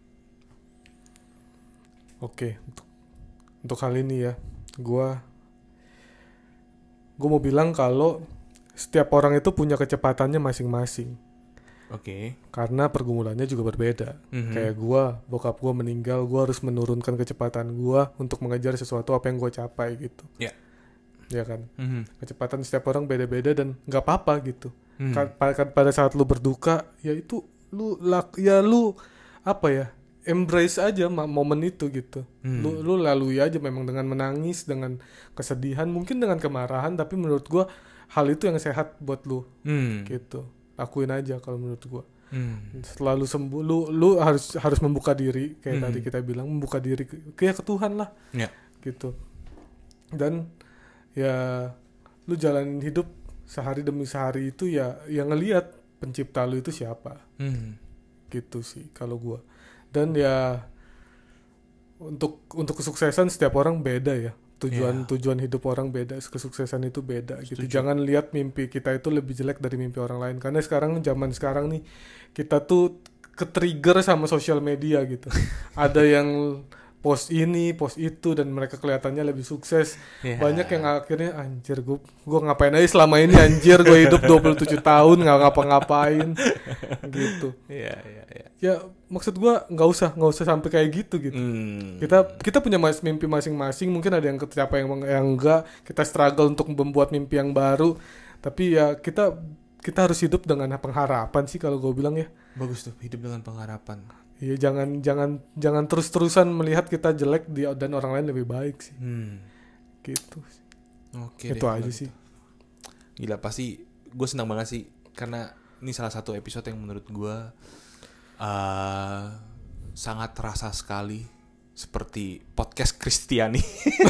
Oke, untuk untuk hal ini ya, gue gue mau bilang kalau setiap orang itu punya kecepatannya masing-masing. Oke. Okay. Karena pergumulannya juga berbeda. Mm-hmm. Kayak gue, bokap gue meninggal, gue harus menurunkan kecepatan gue untuk mengejar sesuatu apa yang gue capai gitu. Ya. Yeah. Ya kan. Mm-hmm. Kecepatan setiap orang beda-beda dan nggak apa-apa gitu. Mm. Ka- pada, pada saat lu berduka, ya itu lu lak, ya lu apa ya? Embrace aja momen itu gitu. Hmm. Lu lu lalui aja memang dengan menangis, dengan kesedihan, mungkin dengan kemarahan, tapi menurut gua hal itu yang sehat buat lu. Hmm. Gitu. Lakuin aja kalau menurut gua. Hmm. Setelah lu sembuh, lu lu harus harus membuka diri kayak Hmm. tadi kita bilang, membuka diri ke, kayak ke Tuhan lah. Ya. Gitu. Dan ya lu jalanin hidup sehari demi sehari itu ya yang ngelihat pencipta lu itu siapa. Hmm. Gitu sih kalau gua. Dan ya untuk untuk kesuksesan setiap orang beda ya. Tujuan Yeah. tujuan hidup orang beda, kesuksesan itu beda gitu. Setuju. Jangan lihat mimpi kita itu lebih jelek dari mimpi orang lain karena sekarang zaman sekarang nih kita tuh ke-trigger sama sosial media gitu. Ada yang post ini, post itu dan mereka kelihatannya lebih sukses. Yeah. Banyak yang akhirnya anjir gue gue ngapain aja selama ini anjir gue hidup dua puluh tujuh tahun nggak ngapa-ngapain gitu. Iya, iya, iya. ya maksud gua nggak usah nggak usah sampai kayak gitu gitu. Hmm. Kita kita punya mas, mimpi masing-masing, mungkin ada yang kecapai yang yang enggak, kita struggle untuk membuat mimpi yang baru. Tapi ya kita kita harus hidup dengan pengharapan sih kalau gue bilang ya. Bagus tuh, hidup dengan pengharapan. Iya, jangan jangan jangan terus-terusan melihat kita jelek di, dan orang lain lebih baik sih. Hmm. Gitu. Oke. Itu deh, aja gitu. sih. Gila, pasti gue senang banget sih karena ini salah satu episode yang menurut gue uh, sangat terasa sekali seperti podcast Kristiani.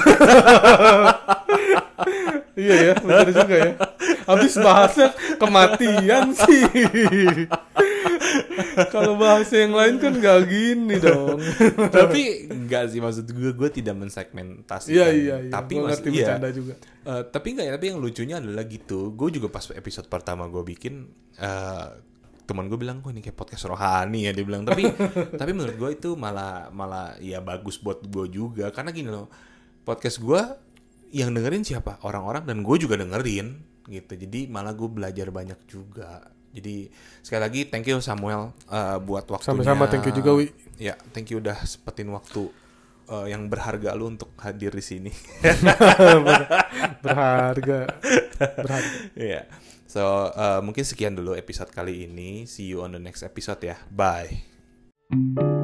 Iya ya, benar juga ya. Habis bahasnya kematian sih. Kalau bahasa yang lain kan gak gini dong. Tapi enggak sih, maksud gue gue tidak mensegmentasikan. Iya iya iya. Tapi Gua masih ngerti iya. bercanda juga. Uh, tapi enggak ya, tapi yang lucunya adalah gitu. Gue juga pas episode pertama gue bikin uh, teman gue bilang, "Kok ini kayak podcast rohani ya," dia bilang. Tapi tapi menurut gue itu malah malah ya bagus buat gue juga karena gini loh. Podcast gue yang dengerin siapa? Orang-orang, dan gue juga dengerin gitu. Jadi malah gue belajar banyak juga. Jadi sekali lagi thank you Samuel uh, buat waktunya. Sama-sama, thank you juga Wi. Ya, thank you udah sempetin waktu uh, yang berharga lu untuk hadir di sini. Berharga. Berharga. Ya. So, uh, mungkin sekian dulu episode kali ini. See you on the next episode ya. Bye.